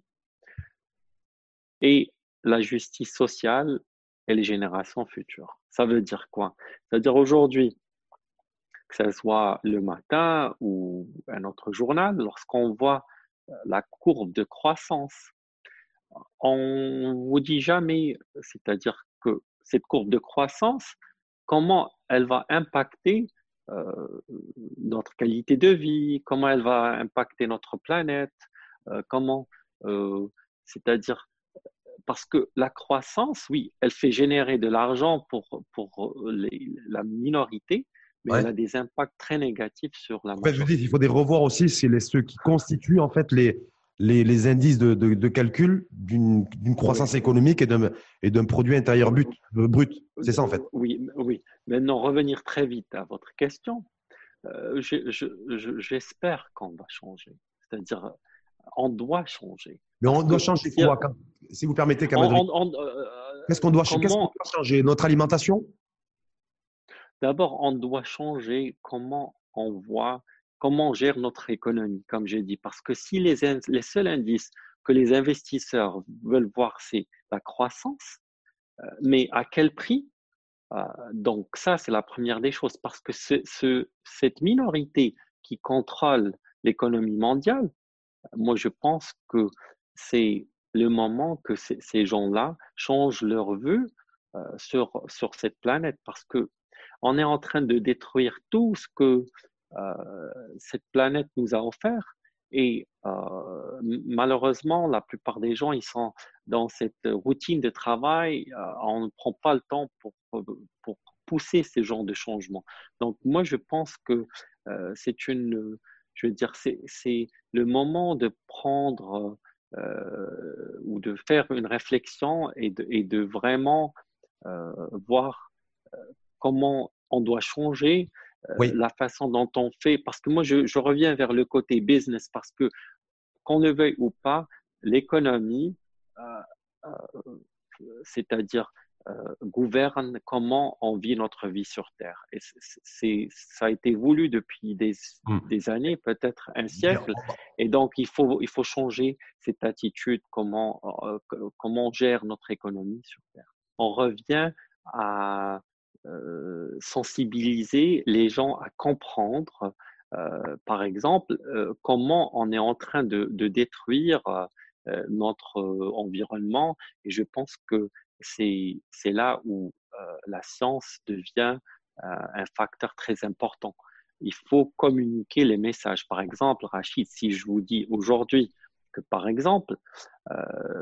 et la justice sociale et les générations futures. Ça veut dire quoi? Ça veut dire aujourd'hui, que ce soit le matin ou un autre journal, lorsqu'on voit euh, la courbe de croissance, on vous dit jamais, c'est-à-dire que cette courbe de croissance, comment elle va impacter euh, notre qualité de vie, comment elle va impacter notre planète, euh, comment, euh, c'est-à-dire parce que la croissance, oui, elle fait générer de l'argent pour, pour les- la minorité, mais elle Ouais. a des impacts très négatifs sur la En fait, vous dites qu'il majorité. faudrait revoir aussi c'est les, ceux qui constituent en fait les, les, les indices de, de, de calcul d'une d'une Oui, croissance économique et d'un et d'un produit intérieur but, euh, brut. C'est ça en fait. oui, oui. Maintenant, revenir très vite à votre question, euh, je- je- je- j'espère qu'on va changer. C'est-à-dire, on doit changer. Mais on Parce doit que changer si, quoi quand- si vous permettez, on, Kamadri? on- on- euh, Qu'est-ce qu'on doit, qu'est-ce qu'on comment, doit changer? Notre alimentation? d'abord, on doit changer comment on voit, comment on gère notre économie, comme j'ai dit. Parce que si les, in- les seuls indices que les investisseurs veulent voir, c'est la croissance, euh, mais à quel prix? Euh, donc ça, c'est la première des choses, parce que ce, ce- cette minorité qui contrôle l'économie mondiale, moi, je pense que c'est le moment que ces ces gens-là changent leur vue euh, sur, sur cette planète, parce que on est en train de détruire tout ce que euh, cette planète nous a offert, Et euh, malheureusement, la plupart des gens, ils sont dans cette routine de travail. Euh, on ne prend pas le temps pour, pour pousser ces genres de changements. Donc, moi, je pense que euh, c'est une, je veux dire, c'est, c'est le moment de prendre euh, ou de faire une réflexion et de, et de vraiment euh, voir comment on doit changer euh, Oui, la façon dont on fait. Parce que moi, je, je reviens vers le côté business parce que qu'on le veuille ou pas, l'économie, euh, euh, c'est-à-dire euh, gouverne comment on vit notre vie sur Terre. Et c'est, ça a été voulu depuis des, hum. des années, peut-être un Mais siècle. Et donc, il faut, il faut changer cette attitude, comment, euh, comment on gère notre économie sur Terre. On revient à euh, sensibiliser les gens à comprendre euh, par exemple, euh, comment on est en train de, de détruire euh, notre euh, environnement. Et je pense que c'est, c'est là où euh, la science devient euh, un facteur très important. Il faut communiquer les messages. Par exemple, Rachid, si je vous dis aujourd'hui que, par exemple, euh,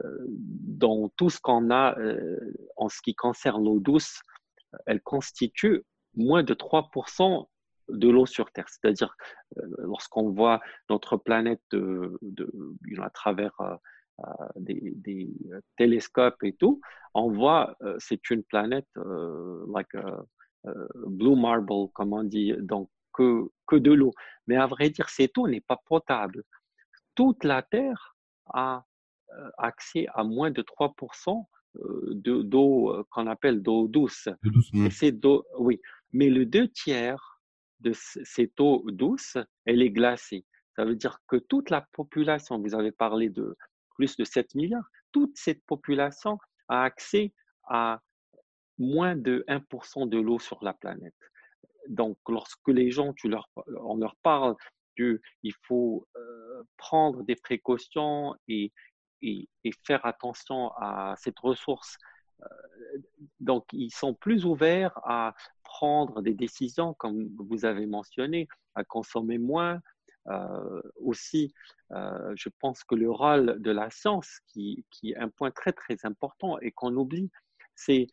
dans tout ce qu'on a euh, en ce qui concerne l'eau douce, elle constitue moins de trois pour cent de l'eau sur Terre. C'est-à-dire, euh, lorsqu'on voit notre planète de, de, à travers euh, des, des, télescopes et tout, on voit euh, c'est une planète euh, like a, uh, blue marble, comme on dit, donc que, que de l'eau. Mais à vrai dire, cette eau n'est pas potable. Toute la Terre a euh, accès à moins de trois pour cent de, d'eau euh, qu'on appelle d'eau douce. de douze, Et hum. c'est d'eau, oui, mais le deux tiers de cette eau douce, elle est glacée. Ça veut dire que toute la population, vous avez parlé de plus de sept milliards, toute cette population a accès à moins de un pour cent de l'eau sur la planète. Donc, lorsque les gens, tu leur, on leur parle du, il faut euh, prendre des précautions et, et, et, faire attention à cette ressource. Euh, donc, ils sont plus ouverts à prendre des décisions, comme vous avez mentionné, à consommer moins. Euh, aussi, euh, je pense que le rôle de la science, qui, qui est un point très, très important et qu'on oublie, c'est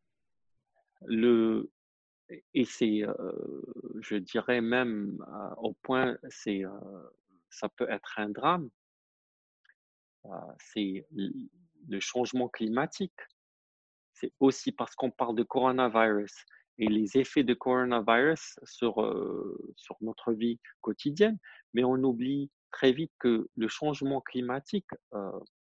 le, et c'est, euh, je dirais même euh, au point, c'est, euh, ça peut être un drame, euh, c'est le changement climatique. C'est aussi parce qu'on parle de coronavirus et les effets de coronavirus sur, euh, sur notre vie quotidienne, mais on oublie très vite que le changement climatique euh,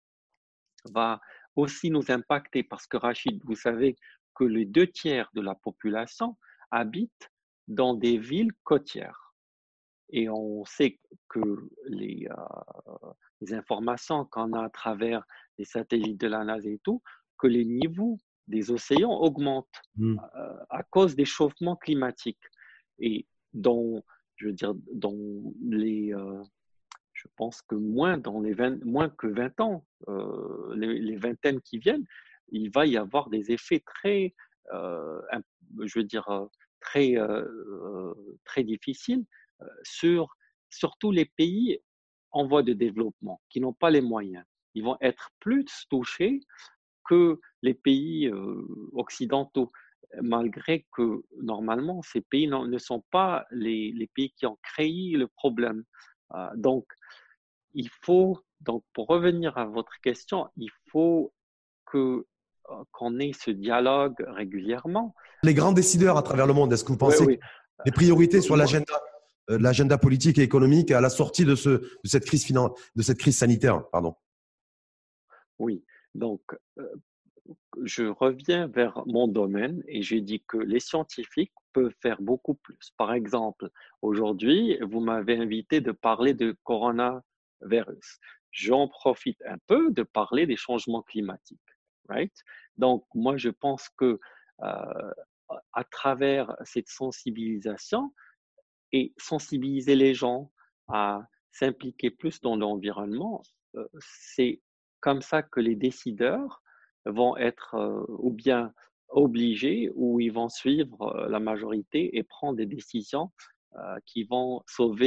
va aussi nous impacter parce que Rachid, vous savez que les deux tiers de la population habitent dans des villes côtières. Et on sait que les, euh, les informations qu'on a à travers les satellites de la NASA et tout, que les niveaux des océans augmentent Hum. euh, à cause des chaufsements climatiques. Et dans, je veux dire, dans les, euh, je pense que moins, dans les vingt, moins que vingt ans, euh, les, les, vingtaines qui viennent, il va y avoir des effets très, euh, je veux dire, très, euh, très difficiles euh, sur surtout les pays en voie de développement, qui n'ont pas les moyens. Ils vont être plus touchés que les pays euh, occidentaux, malgré que normalement, ces pays ne sont pas les, les pays qui ont créé le problème. Euh, donc, il faut, donc pour revenir à votre question, il faut que euh, qu'on ait ce dialogue régulièrement. Les grands décideurs à travers le monde, est-ce que vous Oui, pensez que oui. les priorités sur Moi, l'agenda, euh, l'agenda politique et économique à la sortie de, ce, de, cette, crise finan- de cette crise sanitaire, pardon? oui. Donc, euh, je reviens vers mon domaine et j'ai dit que les scientifiques peuvent faire beaucoup plus. Par exemple, aujourd'hui, vous m'avez invité de parler de coronavirus. J'en profite un peu de parler des changements climatiques, right? Donc, moi, je pense que euh, à travers cette sensibilisation et sensibiliser les gens à s'impliquer plus dans l'environnement, euh, c'est comme ça que les décideurs vont être euh, ou bien obligés ou ils vont suivre euh, la majorité et prendre des décisions euh, qui vont sauver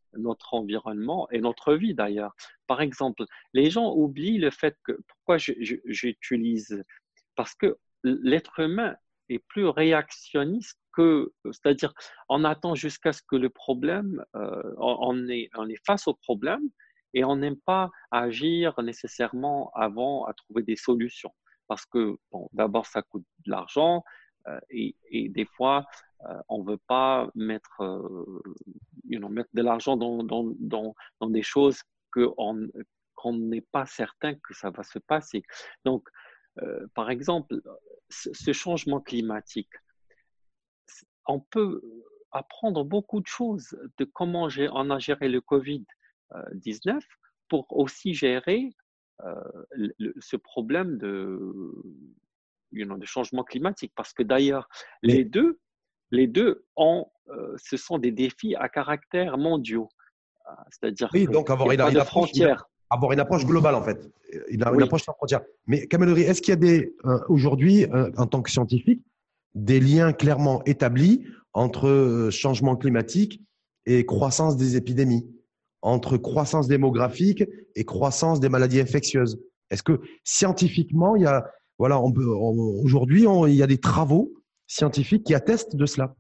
notre environnement et notre vie d'ailleurs. Par exemple, les gens oublient le fait que, pourquoi je, je, j'utilise, parce que l'être humain est plus réactionniste que, c'est-à-dire, on attend jusqu'à ce que le problème, euh, on, est, on est face au problème et on n'aime pas agir nécessairement avant à trouver des solutions. Parce que, bon, d'abord, ça coûte de l'argent euh, et, et des fois, euh, on ne veut pas mettre, euh, you know, mettre de l'argent dans, dans, dans, dans des choses qu'on qu'on n'est pas certain que ça va se passer. Donc, euh, par exemple, ce, ce changement climatique, on peut apprendre beaucoup de choses de comment on a géré le covid dix-neuf pour aussi gérer euh, le, ce problème de, you know, de changement climatique. Parce que d'ailleurs, Mais, les deux, les deux ont, euh, ce sont des défis à caractère mondiaux. C'est-à-dire oui, qu'il donc avoir n'y a une, pas une de approche, une, frontières. avoir une approche globale, en fait, une, une Oui. approche sans frontières. Mais Kamel Ri, est-ce qu'il y a des, euh, aujourd'hui, euh, en tant que scientifique, des liens clairement établis entre euh, changement climatique et croissance des épidémies, entre croissance démographique et croissance des maladies infectieuses? Est-ce que scientifiquement, il y a, voilà, on peut, on, aujourd'hui, on, il y a des travaux scientifiques qui attestent de cela?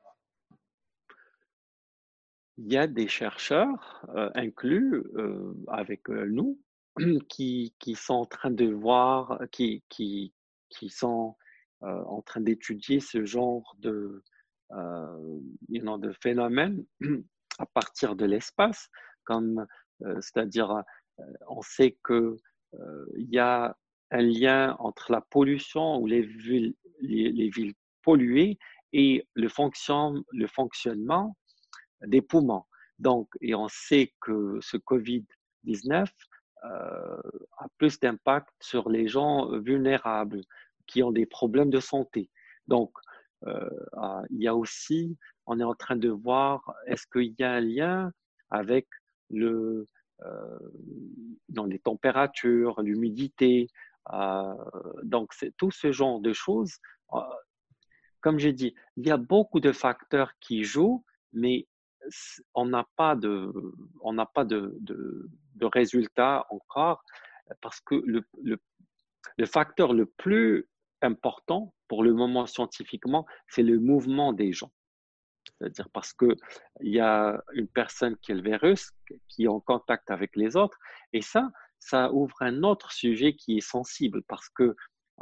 Il y a des chercheurs euh, inclus euh, avec euh, nous qui, qui sont en train de voir, qui, qui, qui sont euh, en train d'étudier ce genre de, euh, you know, de phénomène à partir de l'espace, comme euh, c'est-à-dire euh, on sait que euh, il y a un lien entre la pollution ou les villes, les, les villes polluées et le, fonction, le fonctionnement des poumons. Donc, et on sait que ce covid dix-neuf euh, a plus d'impact sur les gens vulnérables qui ont des problèmes de santé. Donc, euh, il y a aussi, on est en train de voir, est-ce qu'il y a un lien avec le, euh, dans les températures, l'humidité. Euh, donc, c'est tout ce genre de choses. Euh, comme j'ai dit, il y a beaucoup de facteurs qui jouent, mais on n'a pas de, on n'a pas de, de, de résultats encore parce que le, le, le facteur le plus important pour le moment scientifiquement, c'est le mouvement des gens. C'est-à-dire parce que il y a une personne qui a le virus, qui est en contact avec les autres, et ça, ça ouvre un autre sujet qui est sensible parce que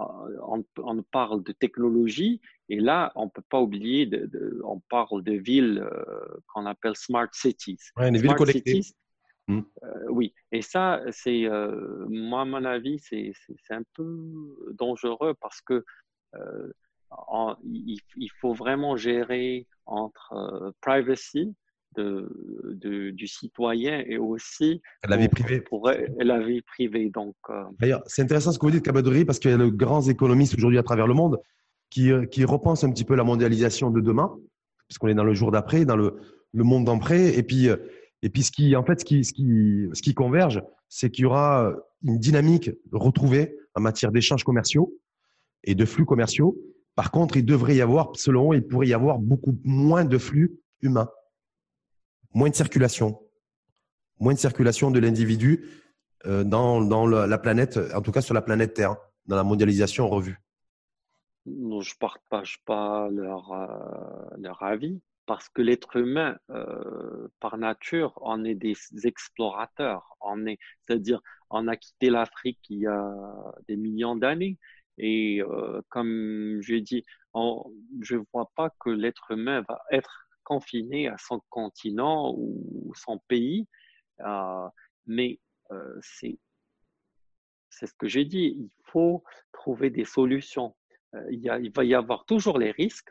on, on parle de technologie et là, on ne peut pas oublier, de, de, on parle de villes euh, qu'on appelle smart cities. Ouais, les villes Smart connectées. cities, euh, oui. Et ça, c'est, euh, moi, à mon avis, c'est, c'est, c'est un peu dangereux parce que euh, en, il, il, faut vraiment gérer entre euh, privacy de, de, du citoyen et aussi La vie pour, privée. pour la vie privée. Donc, euh, D'ailleurs, c'est intéressant ce que vous dites, Kamel Ri, parce qu'il y a de grands économistes aujourd'hui à travers le monde qui, qui repensent un petit peu la mondialisation de demain, puisqu'on est dans le jour d'après, dans le, le monde d'après. Et puis, et puis ce qui, en fait, ce qui, ce qui, ce qui converge, c'est qu'il y aura une dynamique retrouvée en matière d'échanges commerciaux et de flux commerciaux. Par contre, il devrait y avoir, selon eux, il pourrait y avoir beaucoup moins de flux humains, moins de circulation, moins de circulation de l'individu dans, dans la planète, en tout cas sur la planète Terre, dans la mondialisation revue. Non, je ne partage pas leur, euh, leur avis parce que l'être humain, euh, par nature, on est des explorateurs. On est, c'est-à-dire, on a quitté l'Afrique il y a des millions d'années. Et euh, comme je dis, on, je ne vois pas que l'être humain va être confiné à son continent ou son pays. Euh, mais euh, c'est, c'est ce que j'ai dit. Il faut trouver des solutions. Il, y a, il va y avoir toujours les risques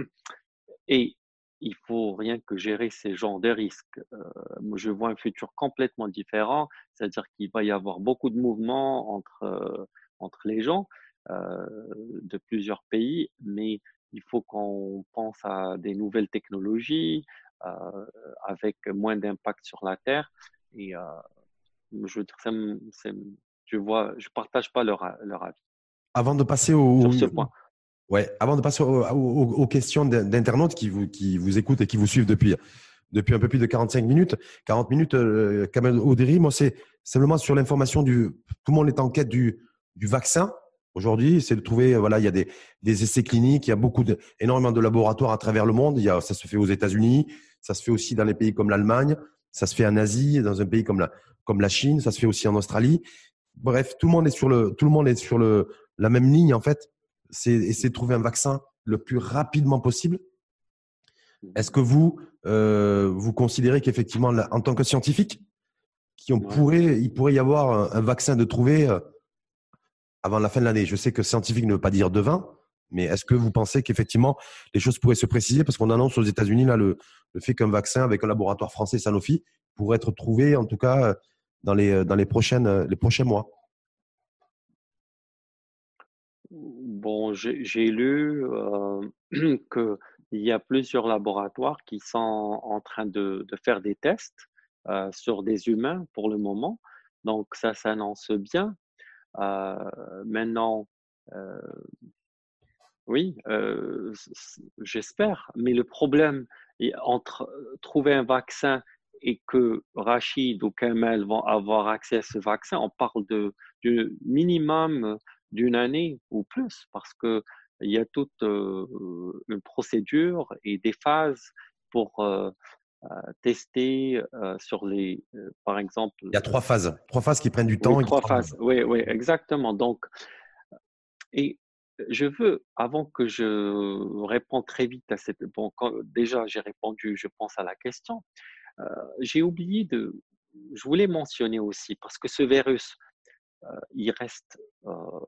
et il faut rien que gérer ces genres de risques. Euh, moi, je vois un futur complètement différent, c'est-à-dire qu'il va y avoir beaucoup de mouvements entre, euh, entre les gens euh, de plusieurs pays, mais il faut qu'on pense à des nouvelles technologies euh, avec moins d'impact sur la Terre. Et euh, je veux dire, ça me, ça me, je vois, je partage pas leur, leur avis Avant de passer sur au, ce point. ouais, avant de passer aux, aux, aux questions d'internautes qui vous, qui vous écoutent et qui vous suivent depuis, depuis un peu plus de quarante-cinq minutes. quarante minutes, euh, Kamel Oudéry, moi, c'est simplement sur l'information du… Tout le monde est en quête du, du vaccin. Aujourd'hui, c'est de trouver… Voilà, il y a des, des essais cliniques, il y a beaucoup de, énormément de laboratoires à travers le monde. Il y a, ça se fait aux États-Unis, ça se fait aussi dans les pays comme l'Allemagne, ça se fait en Asie, dans un pays comme la, comme la Chine, ça se fait aussi en Australie. Bref, tout le monde est sur, le, tout le, monde est sur le, la même ligne, en fait. C'est essayer de trouver un vaccin le plus rapidement possible. Est-ce que vous, euh, vous considérez qu'effectivement, en tant que scientifique, qu'on pourrait, il pourrait y avoir un, un vaccin de trouver euh, avant la fin de l'année? Je sais que scientifique ne veut pas dire devin, mais est-ce que vous pensez qu'effectivement, les choses pourraient se préciser? Parce qu'on annonce aux États-Unis là, le, le fait qu'un vaccin avec un laboratoire français Sanofi pourrait être trouvé, en tout cas, dans les, dans les, prochaines, les prochains mois. Bon, j'ai j'ai lu euh, qu'il y a plusieurs laboratoires qui sont en train de, de faire des tests euh, sur des humains pour le moment. Donc, ça s'annonce bien. Euh, maintenant, euh, oui, euh, j'espère. Mais le problème entre trouver un vaccin et que Rachid ou Kamel vont avoir accès à ce vaccin, on parle de, de minimum d'une année ou plus, parce que il y a toute euh, une procédure et des phases pour euh, euh, tester euh, sur les, euh, par exemple. Il y a trois phases, trois phases qui prennent du temps. Oui, Et qui trois prennent… phases. Oui, oui, exactement. Donc, et je veux, avant que je réponde très vite à cette, bon, quand, déjà j'ai répondu, je pense à la question. Euh, j'ai oublié de, je voulais mentionner aussi parce que ce virus, euh, il reste. Euh,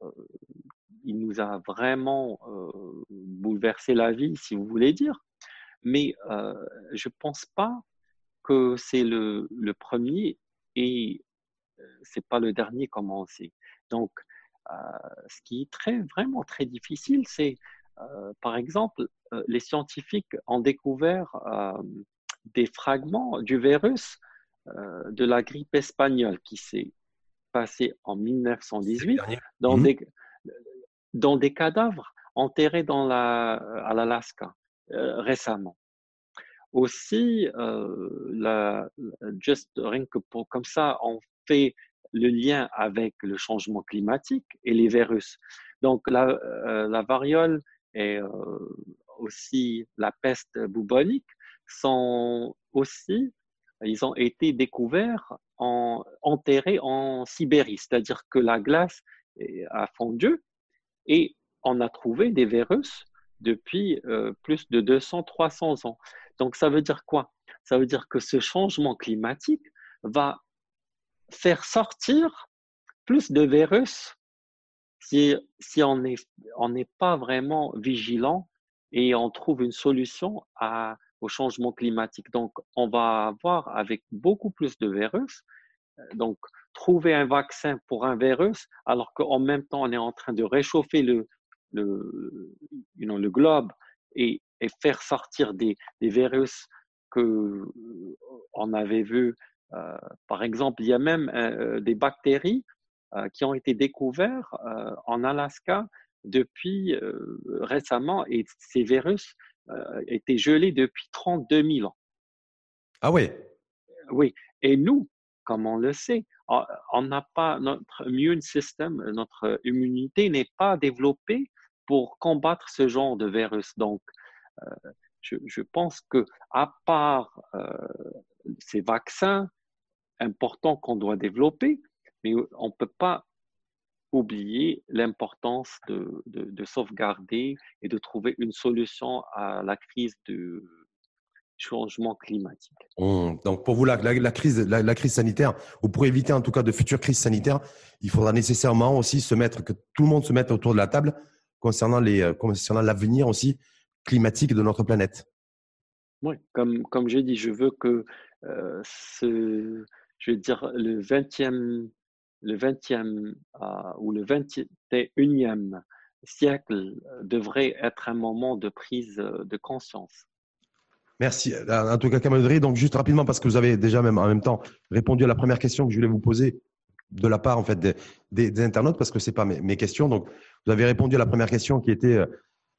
il nous a vraiment euh, bouleversé la vie, si vous voulez dire. Mais euh, je ne pense pas que c'est le, le premier et ce n'est pas le dernier comme on sait. Donc, euh, ce qui est très, vraiment très difficile, c'est, euh, par exemple, euh, les scientifiques ont découvert euh, des fragments du virus euh, de la grippe espagnole qui s'est passée en mille neuf cent dix-huit dans, mmh. des, dans des cadavres enterrés dans la, à l'Alaska euh, récemment. Aussi, euh, la, juste rien que pour, comme ça, on fait le lien avec le changement climatique et les virus. Donc, la, euh, la variole et euh, aussi la peste bubonique sont aussi, ils ont été découverts, en, enterrés en Sibérie, c'est-à-dire que la glace a fondu et on a trouvé des virus depuis euh, plus de deux cents à trois cents ans. Donc, ça veut dire quoi? Ça veut dire que ce changement climatique va faire sortir plus de virus si, si on n'est on n'est pas vraiment vigilant et on trouve une solution à, au changement climatique. Donc, on va avoir avec beaucoup plus de virus. Donc, trouver un vaccin pour un virus, alors qu'en même temps, on est en train de réchauffer le, le, you know, le globe et, et faire sortir des, des virus qu'on avait vus. Euh, par exemple, il y a même euh, des bactéries euh, qui ont été découvertes euh, en Alaska depuis euh, récemment et ces virus euh, étaient gelés depuis trente-deux mille ans. Ah oui? Oui, et nous, comme on le sait, on n'a pas, notre immune system, notre immunité n'est pas développée pour combattre ce genre de virus. Donc, euh, je, je pense que à part euh, ces vaccins importants qu'on doit développer, mais on ne peut pas oublier l'importance de, de, de sauvegarder et de trouver une solution à la crise de changement climatique. Mmh. Donc, pour vous, la, la, la, crise, la, la crise sanitaire, ou pour éviter en tout cas de futures crises sanitaires, il faudra nécessairement aussi se mettre, que tout le monde se mette autour de la table concernant, les, concernant l'avenir aussi climatique de notre planète. Oui, comme, comme je dis, je veux que euh, ce, je veux dire, le vingtième, le vingtième euh, ou le vingt et unième siècle devrait être un moment de prise de conscience. Merci. En tout cas, Kamel Oudéry, donc juste rapidement, parce que vous avez déjà même en même temps répondu à la première question que je voulais vous poser de la part en fait des, des, des internautes, parce que c'est pas mes, mes questions. Donc, vous avez répondu à la première question qui était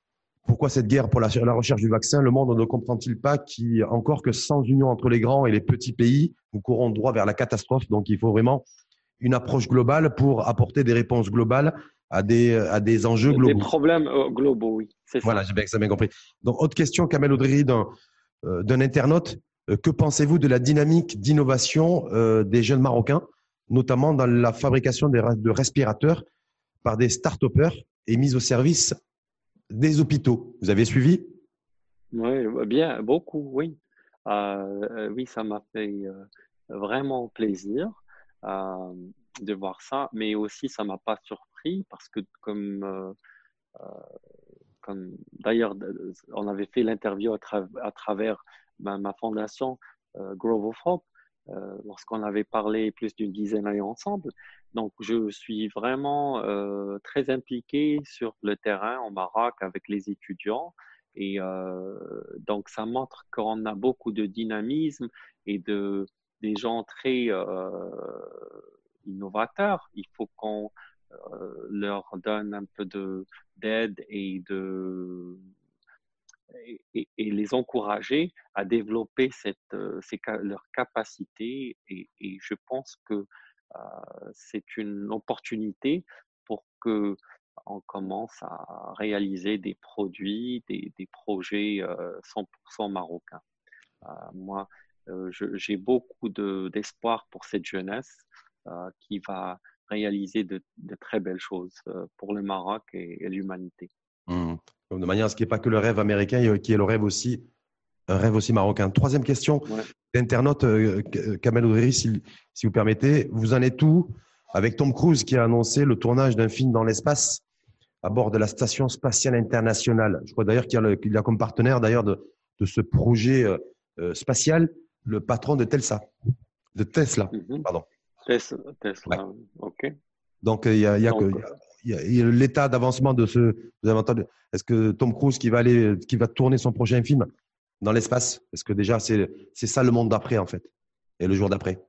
Pourquoi cette guerre pour la, la recherche du vaccin? Le monde ne comprend-il pas qui, encore que sans union entre les grands et les petits pays, nous courons droit vers la catastrophe. Donc, il faut vraiment une approche globale pour apporter des réponses globales à des, à des enjeux globaux. Des problèmes euh, globaux, oui, c'est ça. Voilà, j'ai bien, bien compris. Donc, autre question, Kamel Oudriri, d'un, euh, d'un internaute. Euh, que pensez-vous de la dynamique d'innovation euh, des jeunes Marocains, notamment dans la fabrication des, de respirateurs par des start-upers et mise au service des hôpitaux? Vous avez suivi? Oui, bien, beaucoup, oui. Euh, oui, ça m'a fait euh, vraiment plaisir euh, de voir ça, mais aussi ça m'a pas surpris parce que comme, euh, comme d'ailleurs on avait fait l'interview à, tra à travers ma, ma fondation euh, Grove of Hope euh, lorsqu'on avait parlé plus d'une dizaine d'années ensemble. Donc je suis vraiment euh, très impliqué sur le terrain au Maroc avec les étudiants. Et euh, donc, ça montre qu'on a beaucoup de dynamisme et de, des gens très euh, innovateurs. Il faut qu'on euh, leur donne un peu de, d'aide et, de, et, et les encourager à développer cette, ces, leur capacité. Et, et je pense que euh, c'est une opportunité pour que on commence à réaliser des produits, des, des projets euh, cent pour cent marocains. Euh, moi, euh, je, j'ai beaucoup de, d'espoir pour cette jeunesse euh, qui va réaliser de, de très belles choses euh, pour le Maroc et, et l'humanité. Mmh. De manière à ce qu'il n'y ait pas que le rêve américain, qui est le rêve aussi, un rêve aussi marocain. Troisième question Ouais. d'internaute, euh, Kamel Oudriri, si, si vous permettez. Vous en êtes où avec Tom Cruise qui a annoncé le tournage d'un film dans l'espace à bord de la Station spatiale internationale? Je crois d'ailleurs qu'il y a, le, qu'il y a comme partenaire d'ailleurs de, de ce projet euh, spatial le patron de Telsa, de Tesla. Mm-hmm. Pardon. Tesla, Tesla. Ouais. OK. Donc, il y a, il y a, Donc, que, il y a, il y a l'état d'avancement de ce. Vous avez entendu, est-ce que Tom Cruise qui va aller, qui va tourner son prochain film dans l'espace? Est-ce que déjà c'est c'est ça le monde d'après en fait, et le jour d'après?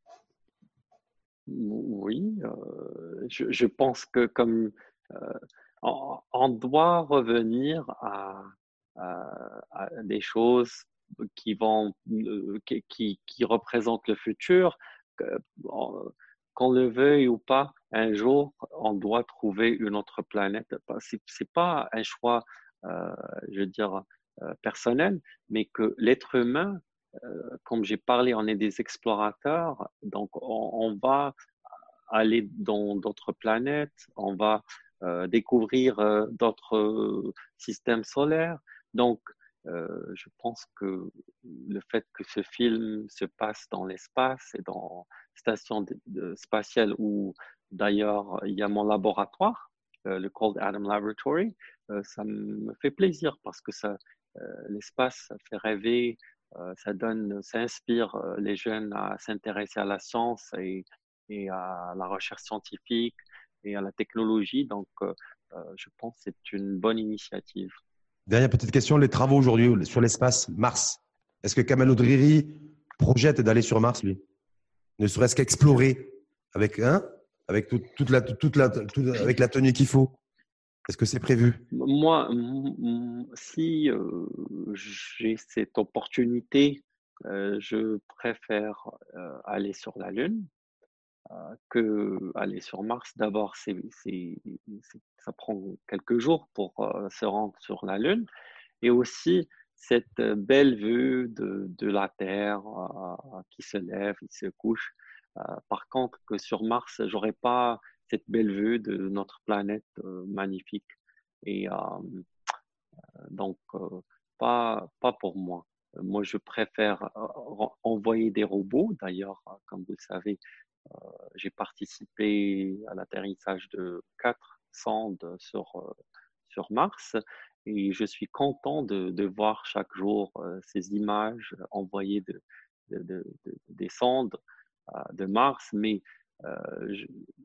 Oui, euh, je, je pense que comme euh, on, on doit revenir à, à, à des choses qui vont euh, qui, qui, qui représentent le futur, que- on- qu'on le veuille ou pas, un jour on doit trouver une autre planète. C'est c'est pas un choix, euh, je veux dire, euh, personnel, mais que l'être humain, euh, comme j'ai parlé, on est des explorateurs, donc on, on va aller dans d'autres planètes, on va euh, découvrir euh, d'autres euh, systèmes solaires. Donc, euh, je pense que le fait que ce film se passe dans l'espace et dans station de, de spatiale où d'ailleurs il y a mon laboratoire, euh, le Cold Atom Laboratory, euh, ça me fait plaisir parce que ça, euh, l'espace, ça fait rêver, euh, ça donne, ça inspire euh, les jeunes à s'intéresser à la science et et à la recherche scientifique et à la technologie. Donc, euh, je pense que c'est une bonne initiative. Dernière petite question, les travaux aujourd'hui sur l'espace, Mars. Est-ce que Kamel Oudriri projette d'aller sur Mars, lui? Ne serait-ce qu'explorer avec, hein, avec toute, toute la, toute la, toute, avec la tenue qu'il faut? Est-ce que c'est prévu? Moi, si euh, j'ai cette opportunité, euh, je préfère euh, aller sur la Lune que aller sur Mars. D'abord, c'est, c'est, c'est- ça prend quelques jours pour euh, se rendre sur la Lune. Et aussi cette belle vue de, de la Terre euh, qui se lève, qui se couche. Euh, par contre, que sur Mars, j'aurais pas cette belle vue de notre planète euh, magnifique. Et euh, donc, euh, pas, pas pour moi. Moi, je préfère euh, envoyer des robots. D'ailleurs, comme vous le savez, j'ai participé à l'atterrissage de quatre sondes sur, euh, sur Mars et je suis content de, de voir chaque jour euh, ces images envoyées de, de, de, de des sondes euh, de Mars. Mais euh, je,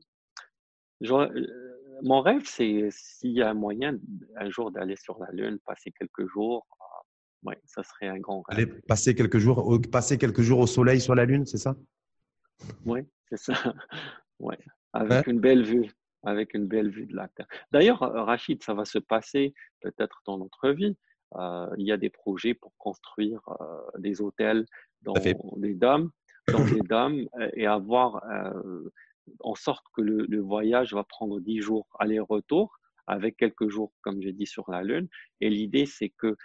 je, mon rêve, c'est s'il y a un moyen un jour d'aller sur la Lune, passer quelques jours. Euh, ouais, ça serait un grand Aller rêve. passer quelques jours, passer quelques jours au soleil sur la Lune, c'est ça? Oui, c'est ça. Ouais, Hein? avec une belle vue. avec une belle vue de la Terre. D'ailleurs, Rachid, ça va se passer peut-être dans notre vie. Euh, il y a des projets pour construire euh, des hôtels Tout à dans fait. des dômes, dans des dômes euh, et avoir euh, en sorte que le, le voyage va prendre dix jours aller-retour avec quelques jours, comme j'ai dit, sur la Lune. Et l'idée, c'est que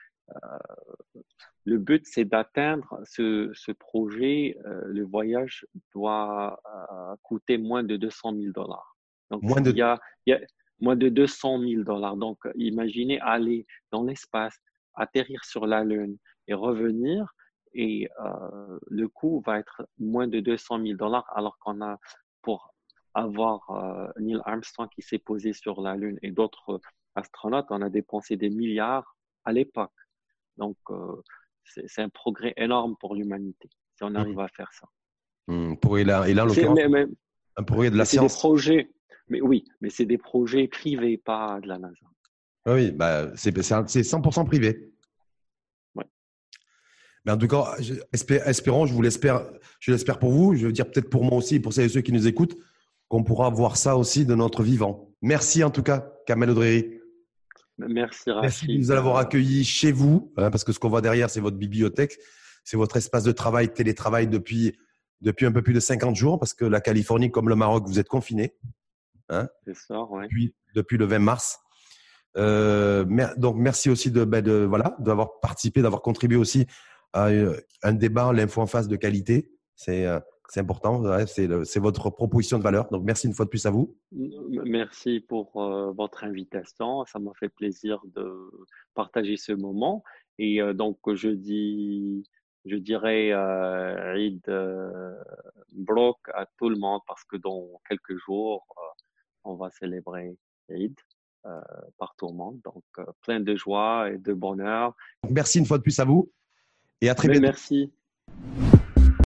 le but, c'est d'atteindre ce, ce projet. Euh, le voyage doit euh, coûter moins de deux cent mille dollars. Donc, Moins il y de. a, il y a moins de deux cent mille dollars. Donc, imaginez aller dans l'espace, atterrir sur la Lune et revenir. Et euh, le coût va être moins de deux cent mille dollars, alors qu'on a, pour avoir euh, Neil Armstrong qui s'est posé sur la Lune et d'autres astronautes, on a dépensé des milliards à l'époque. Donc, euh, c'est, c'est un progrès énorme pour l'humanité si on arrive à faire ça. Hum, pour, et là, et là, en C'est, l'occurrence, mais, mais, un ouais, progrès de la mais c'est des science. projets, mais oui, mais c'est des projets privés, pas de la NASA. Ah oui, bah, c'est c'est un- c'est cent pour cent privé. Ouais. Mais en tout cas, je- espé- espérons, je vous l'espère, je l'espère pour vous, je veux dire peut-être pour moi aussi, pour celles et ceux qui nous écoutent, qu'on pourra voir ça aussi de notre vivant. Merci en tout cas, Kamel Audrey. Merci Merci de Rachid. nous avoir Euh, accueillis chez vous, hein, parce que ce qu'on voit derrière, c'est votre bibliothèque, c'est votre espace de travail, télétravail depuis, depuis un peu plus de cinquante jours, parce que la Californie, comme le Maroc, vous êtes confinés, hein, c'est ça, ouais. depuis, depuis le vingt mars. Euh, mer- donc, merci aussi de, ben, de voilà, d'avoir participé, d'avoir contribué aussi à euh, un débat, l'info en face de qualité. C'est euh, c'est important, ouais, c'est le- c'est votre proposition de valeur. Donc, merci une fois de plus à vous. Merci pour euh, votre invitation. Ça m'a fait plaisir de partager ce moment. Et euh, donc, je dis, je dirais euh, Eid euh, Mbrok à tout le monde parce que dans quelques jours, euh, on va célébrer Eid euh, par tout le monde. Donc, euh, plein de joie et de bonheur. Donc, merci une fois de plus à vous et à très Mais bientôt. merci.